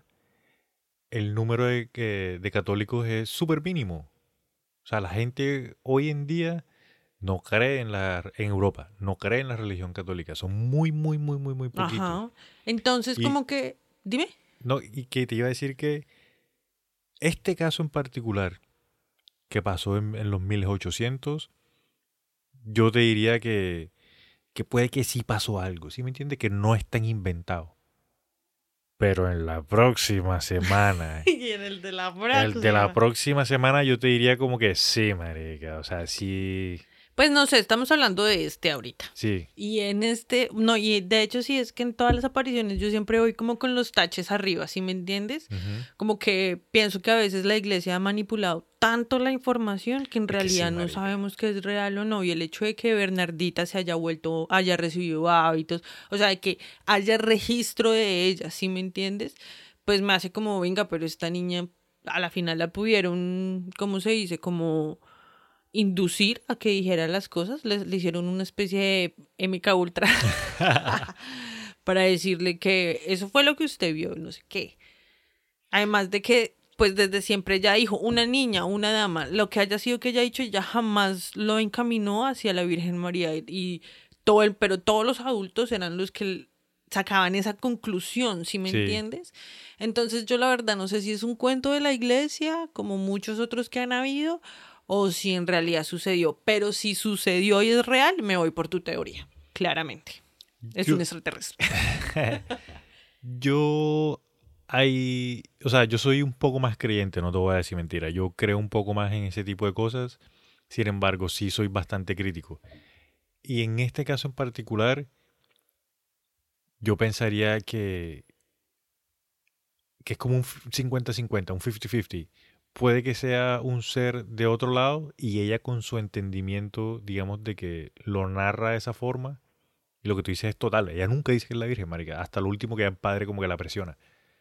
el número de, que- de católicos es súper mínimo. O sea, la gente hoy en día no cree en la en Europa, no cree en la religión católica. Son muy, muy, muy, muy, muy poquitos. Ajá. Entonces, Y- como que, dime. No, y que te iba a decir que este caso en particular, que pasó en, en los mil ochocientos, yo te diría que, que puede que sí pasó algo, ¿sí me entiendes? Que no es tan inventado. Pero en la próxima semana, Y en el de la el de la próxima. próxima semana, yo te diría como que sí, marica. O sea, sí, Pues no sé, estamos hablando de este ahorita. sí. Y en este, no, y de hecho sí es que en todas las apariciones yo siempre voy como con los taches arriba, ¿sí me entiendes? Ujú. Como que pienso que a veces la iglesia ha manipulado tanto la información que en Es que sí, realidad no marica. sabemos qué es real o no. Y el hecho de que Bernardita se haya vuelto, haya recibido hábitos, o sea, de que haya registro de ella, ¿sí me entiendes? Pues me hace como, venga, pero esta niña a la final la pudieron, ¿cómo se dice? Como inducir a que dijera las cosas, le, le hicieron una especie de M K Ultra para decirle que eso fue lo que usted vio, no sé qué. Además de que, pues desde siempre ella dijo, una niña, una dama, lo que haya sido que ella ha dicho, ella jamás lo encaminó hacia la Virgen María. Y, y todo el, pero todos los adultos eran los que sacaban esa conclusión, ¿sí me Sí. entiendes? Entonces yo la verdad no sé si es un cuento de la iglesia, como muchos otros que han habido, o si en realidad sucedió. Pero si sucedió y es real, me voy por tu teoría, claramente. Es Yo- un extraterrestre. Yo hay, o sea, yo soy un poco más creyente, no te voy a decir mentira. Yo creo un poco más en ese tipo de cosas. Sin embargo, sí soy bastante crítico. Y en este caso en particular, yo pensaría que, que es como un cincuenta cincuenta, un cincuenta cincuenta. Puede que sea un ser de otro lado y ella con su entendimiento, digamos, de que lo narra de esa forma. Y lo que tú dices es total. Ella nunca dice que es la Virgen, marica. Hasta lo último que ya el padre como que la presiona.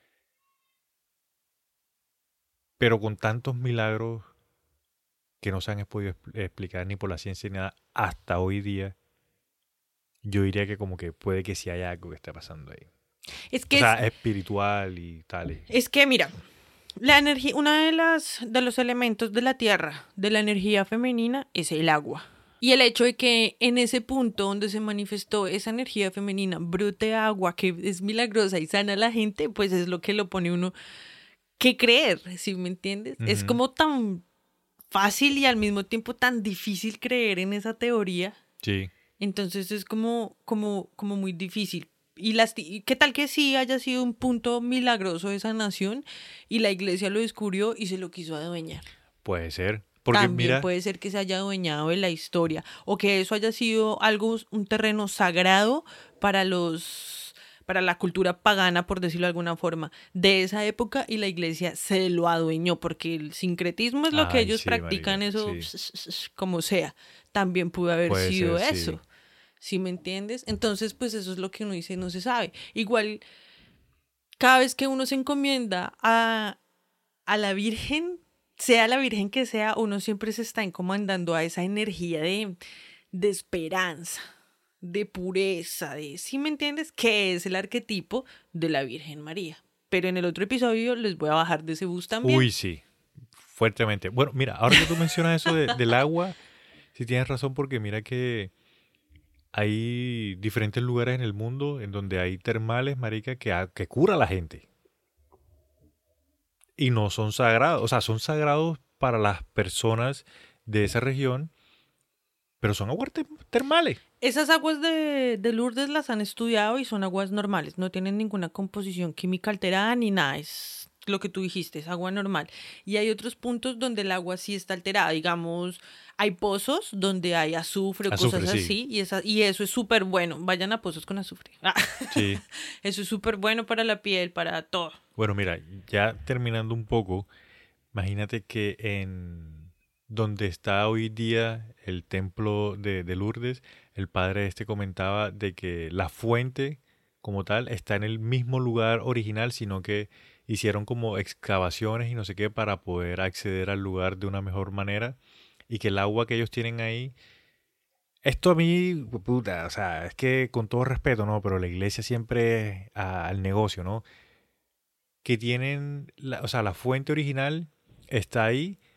Pero con tantos milagros que no se han podido expl- explicar ni por la ciencia ni nada hasta hoy día, yo diría que como que puede que sí haya algo que esté pasando ahí. Es O que sea, es, espiritual y tal. y- es que mira, la energía, una de las de los elementos de la tierra, de la energía femenina, es el agua. Y el hecho de que en ese punto donde se manifestó esa energía femenina brote agua que es milagrosa y sana a la gente, pues es lo que lo pone uno que creer, ¿sí me entiendes? Es Ujú. como tan fácil y al mismo tiempo tan difícil creer en esa teoría. Sí. Entonces es como, como, como muy difícil. Y las, y qué tal que sí haya sido un punto milagroso de sanación y la iglesia lo descubrió y se lo quiso adueñar. Puede ser. Porque También mira, puede ser que se haya adueñado de la historia o que eso haya sido algo, un terreno sagrado para los, para la cultura pagana, por decirlo de alguna forma, de esa época y la iglesia se lo adueñó porque el sincretismo es lo que Ay, ellos sí, practican, marica, eso sí. como sea. También pudo haber Puede sido ser, sí. eso. ¿Sí me entiendes? Entonces, pues eso es lo que uno dice, no se sabe. Igual, cada vez que uno se encomienda a, a la Virgen, sea la Virgen que sea, uno siempre se está encomendando a esa energía de, de esperanza, de pureza, de, ¿sí me entiendes? Que es el arquetipo de la Virgen María. Pero en el otro episodio les voy a bajar de ese bus también. Uy, sí. Fuertemente. Bueno, mira, ahora que tú mencionas eso de- del agua, sí tienes razón porque mira que hay diferentes lugares en el mundo en donde hay termales, marica, que, ha- que cura a la gente. Y no son sagrados, o sea, son sagrados para las personas de esa región, pero son aguas te- termales. Esas aguas de, de Lourdes las han estudiado y son aguas normales, no tienen ninguna composición química alterada ni nada, es lo que tú dijiste, es agua normal. Y hay otros puntos donde el agua sí está alterada, digamos, hay pozos donde hay azufre o Azufre, cosas sí. así, y, esa, y eso es súper bueno, vayan a pozos con azufre. Ah, Sí. eso es súper bueno para la piel, para todo. Bueno, mira, ya terminando un poco, imagínate que en donde está hoy día el templo de, de Lourdes, el padre este comentaba de que la fuente como tal está en el mismo lugar original, sino que hicieron como excavaciones y no sé qué para poder acceder al lugar de una mejor manera y que el agua que ellos tienen ahí, esto a mí, puta, o sea, es que con todo respeto, ¿no? Pero la iglesia siempre a- al negocio, ¿no? Que tienen, la, o sea, la fuente original está ahí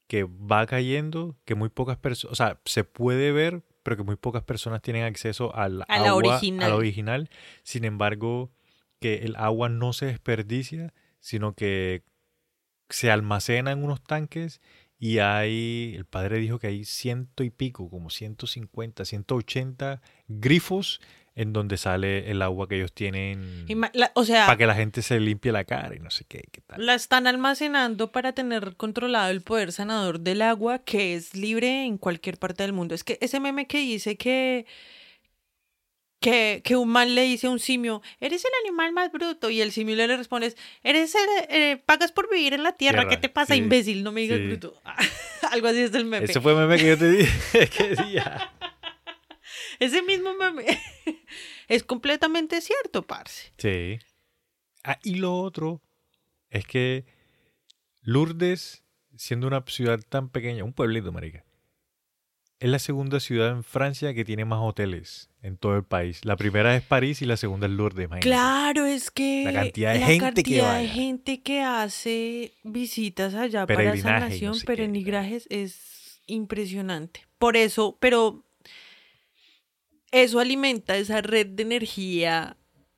que va cayendo, que muy pocas personas, o sea, se puede ver, pero que muy pocas personas tienen acceso al A la agua, original. a la original. Sin embargo, que el agua no se desperdicia, sino que se almacena en unos tanques y hay, el padre dijo que hay ciento y pico, como ciento cincuenta, ciento ochenta grifos en donde sale el agua que ellos tienen Ima- la- o sea, para que la gente se limpie la cara y no sé qué, qué tal. la están almacenando para tener controlado el poder sanador del agua, que es libre en cualquier parte del mundo. Es que ese meme que dice que, que, que un man le dice a un simio, eres el animal más bruto, y el simio le responde, eres el, eh, pagas por vivir en la tierra, Tierra, ¿qué te pasa, sí, imbécil? No me digas sí. bruto. Algo así es el meme. Ese fue el meme que yo te dije que decía. Ese mismo meme es completamente cierto, parce. Sí. Ah, y lo otro es que Lourdes, siendo una ciudad tan pequeña, un pueblito, marica, es la segunda ciudad en Francia que tiene más hoteles en todo el país. La primera es París y la segunda es Lourdes, imagínate. Claro, es que La cantidad de la gente que cantidad de vaya. gente que hace visitas allá para Peregrinaje, sanación, no sé qué. peregrinajes, es impresionante. Por eso, pero eso alimenta esa red de energía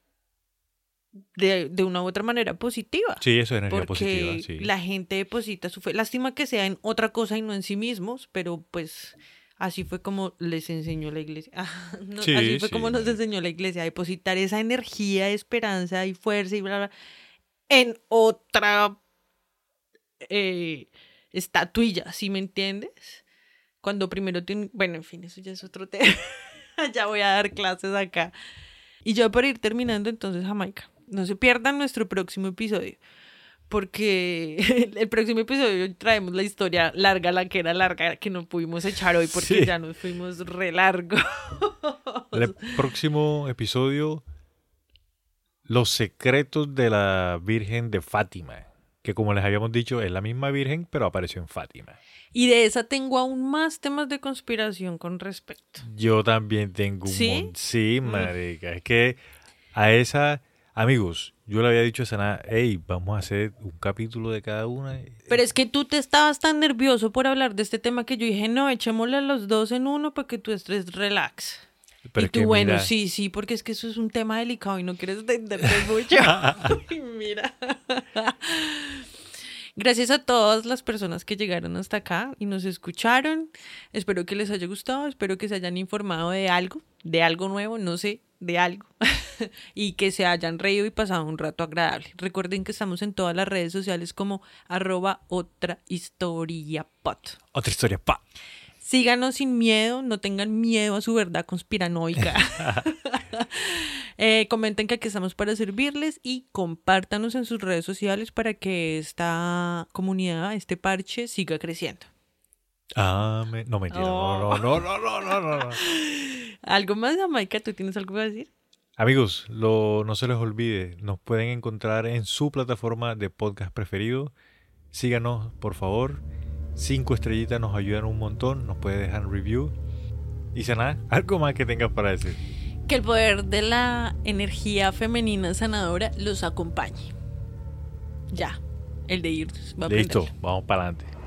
de, de una u otra manera positiva. Sí, eso es energía Porque positiva, sí. la gente deposita su fe. Lástima que sea en otra cosa y no en sí mismos, pero pues así fue como les enseñó la iglesia. Ah, no, Sí, así fue sí, como nos marica. enseñó la iglesia, a depositar esa energía, esperanza y fuerza y bla, bla, en otra eh, estatuilla, ¿sí me entiendes? Cuando primero tiene... Bueno, en fin, eso ya es otro tema. Ya voy a dar clases acá. Y ya para ir terminando, entonces, Jamaica. No se pierdan nuestro próximo episodio. Porque el próximo episodio traemos la historia larga, la que era larga, que no pudimos echar hoy porque Sí. ya nos fuimos re largo. El próximo episodio, los secretos de la Virgen de Fátima, que como les habíamos dicho, es la misma Virgen, pero apareció en Fátima. Y de esa tengo aún más temas de conspiración con respecto. Yo también tengo un ¿Sí? montón. Sí, marica. Es que a esa, amigos, yo le había dicho a Sana, hey, vamos a hacer un capítulo de cada una. Pero es que tú te estabas tan nervioso por hablar de este tema que yo dije, no, echémosle a los dos en uno para que tú estés relax. Pero y es tú, que bueno, mira, sí, sí, porque es que eso es un tema delicado y no quieres entenderte mucho. Ay, mira. Gracias a todas las personas que llegaron hasta acá y nos escucharon. Espero que les haya gustado, espero que se hayan informado de algo, de algo nuevo, no sé, de algo. Y que se hayan reído y pasado un rato agradable. Recuerden que estamos en todas las redes sociales como arroba otra historia pot. otra historia, pa. Síganos sin miedo, no tengan miedo a su verdad conspiranoica. eh, comenten que aquí estamos para servirles y compártanos en sus redes sociales para que esta comunidad, este parche, siga creciendo. Ah, me- no mentira, Oh. no, no, no, no, no, no, no. ¿Algo más, Jamaica? ¿Tú tienes algo que decir? Amigos, lo, no se les olvide, nos pueden encontrar en su plataforma de podcast preferido. Síganos, por favor. Cinco estrellitas nos ayudan un montón. Nos puede dejar review. Y Sana, algo más que tengas para decir. Que el poder de la energía femenina sanadora los acompañe. Ya, el de irnos. Va a Listo, aprenderlo. vamos para adelante.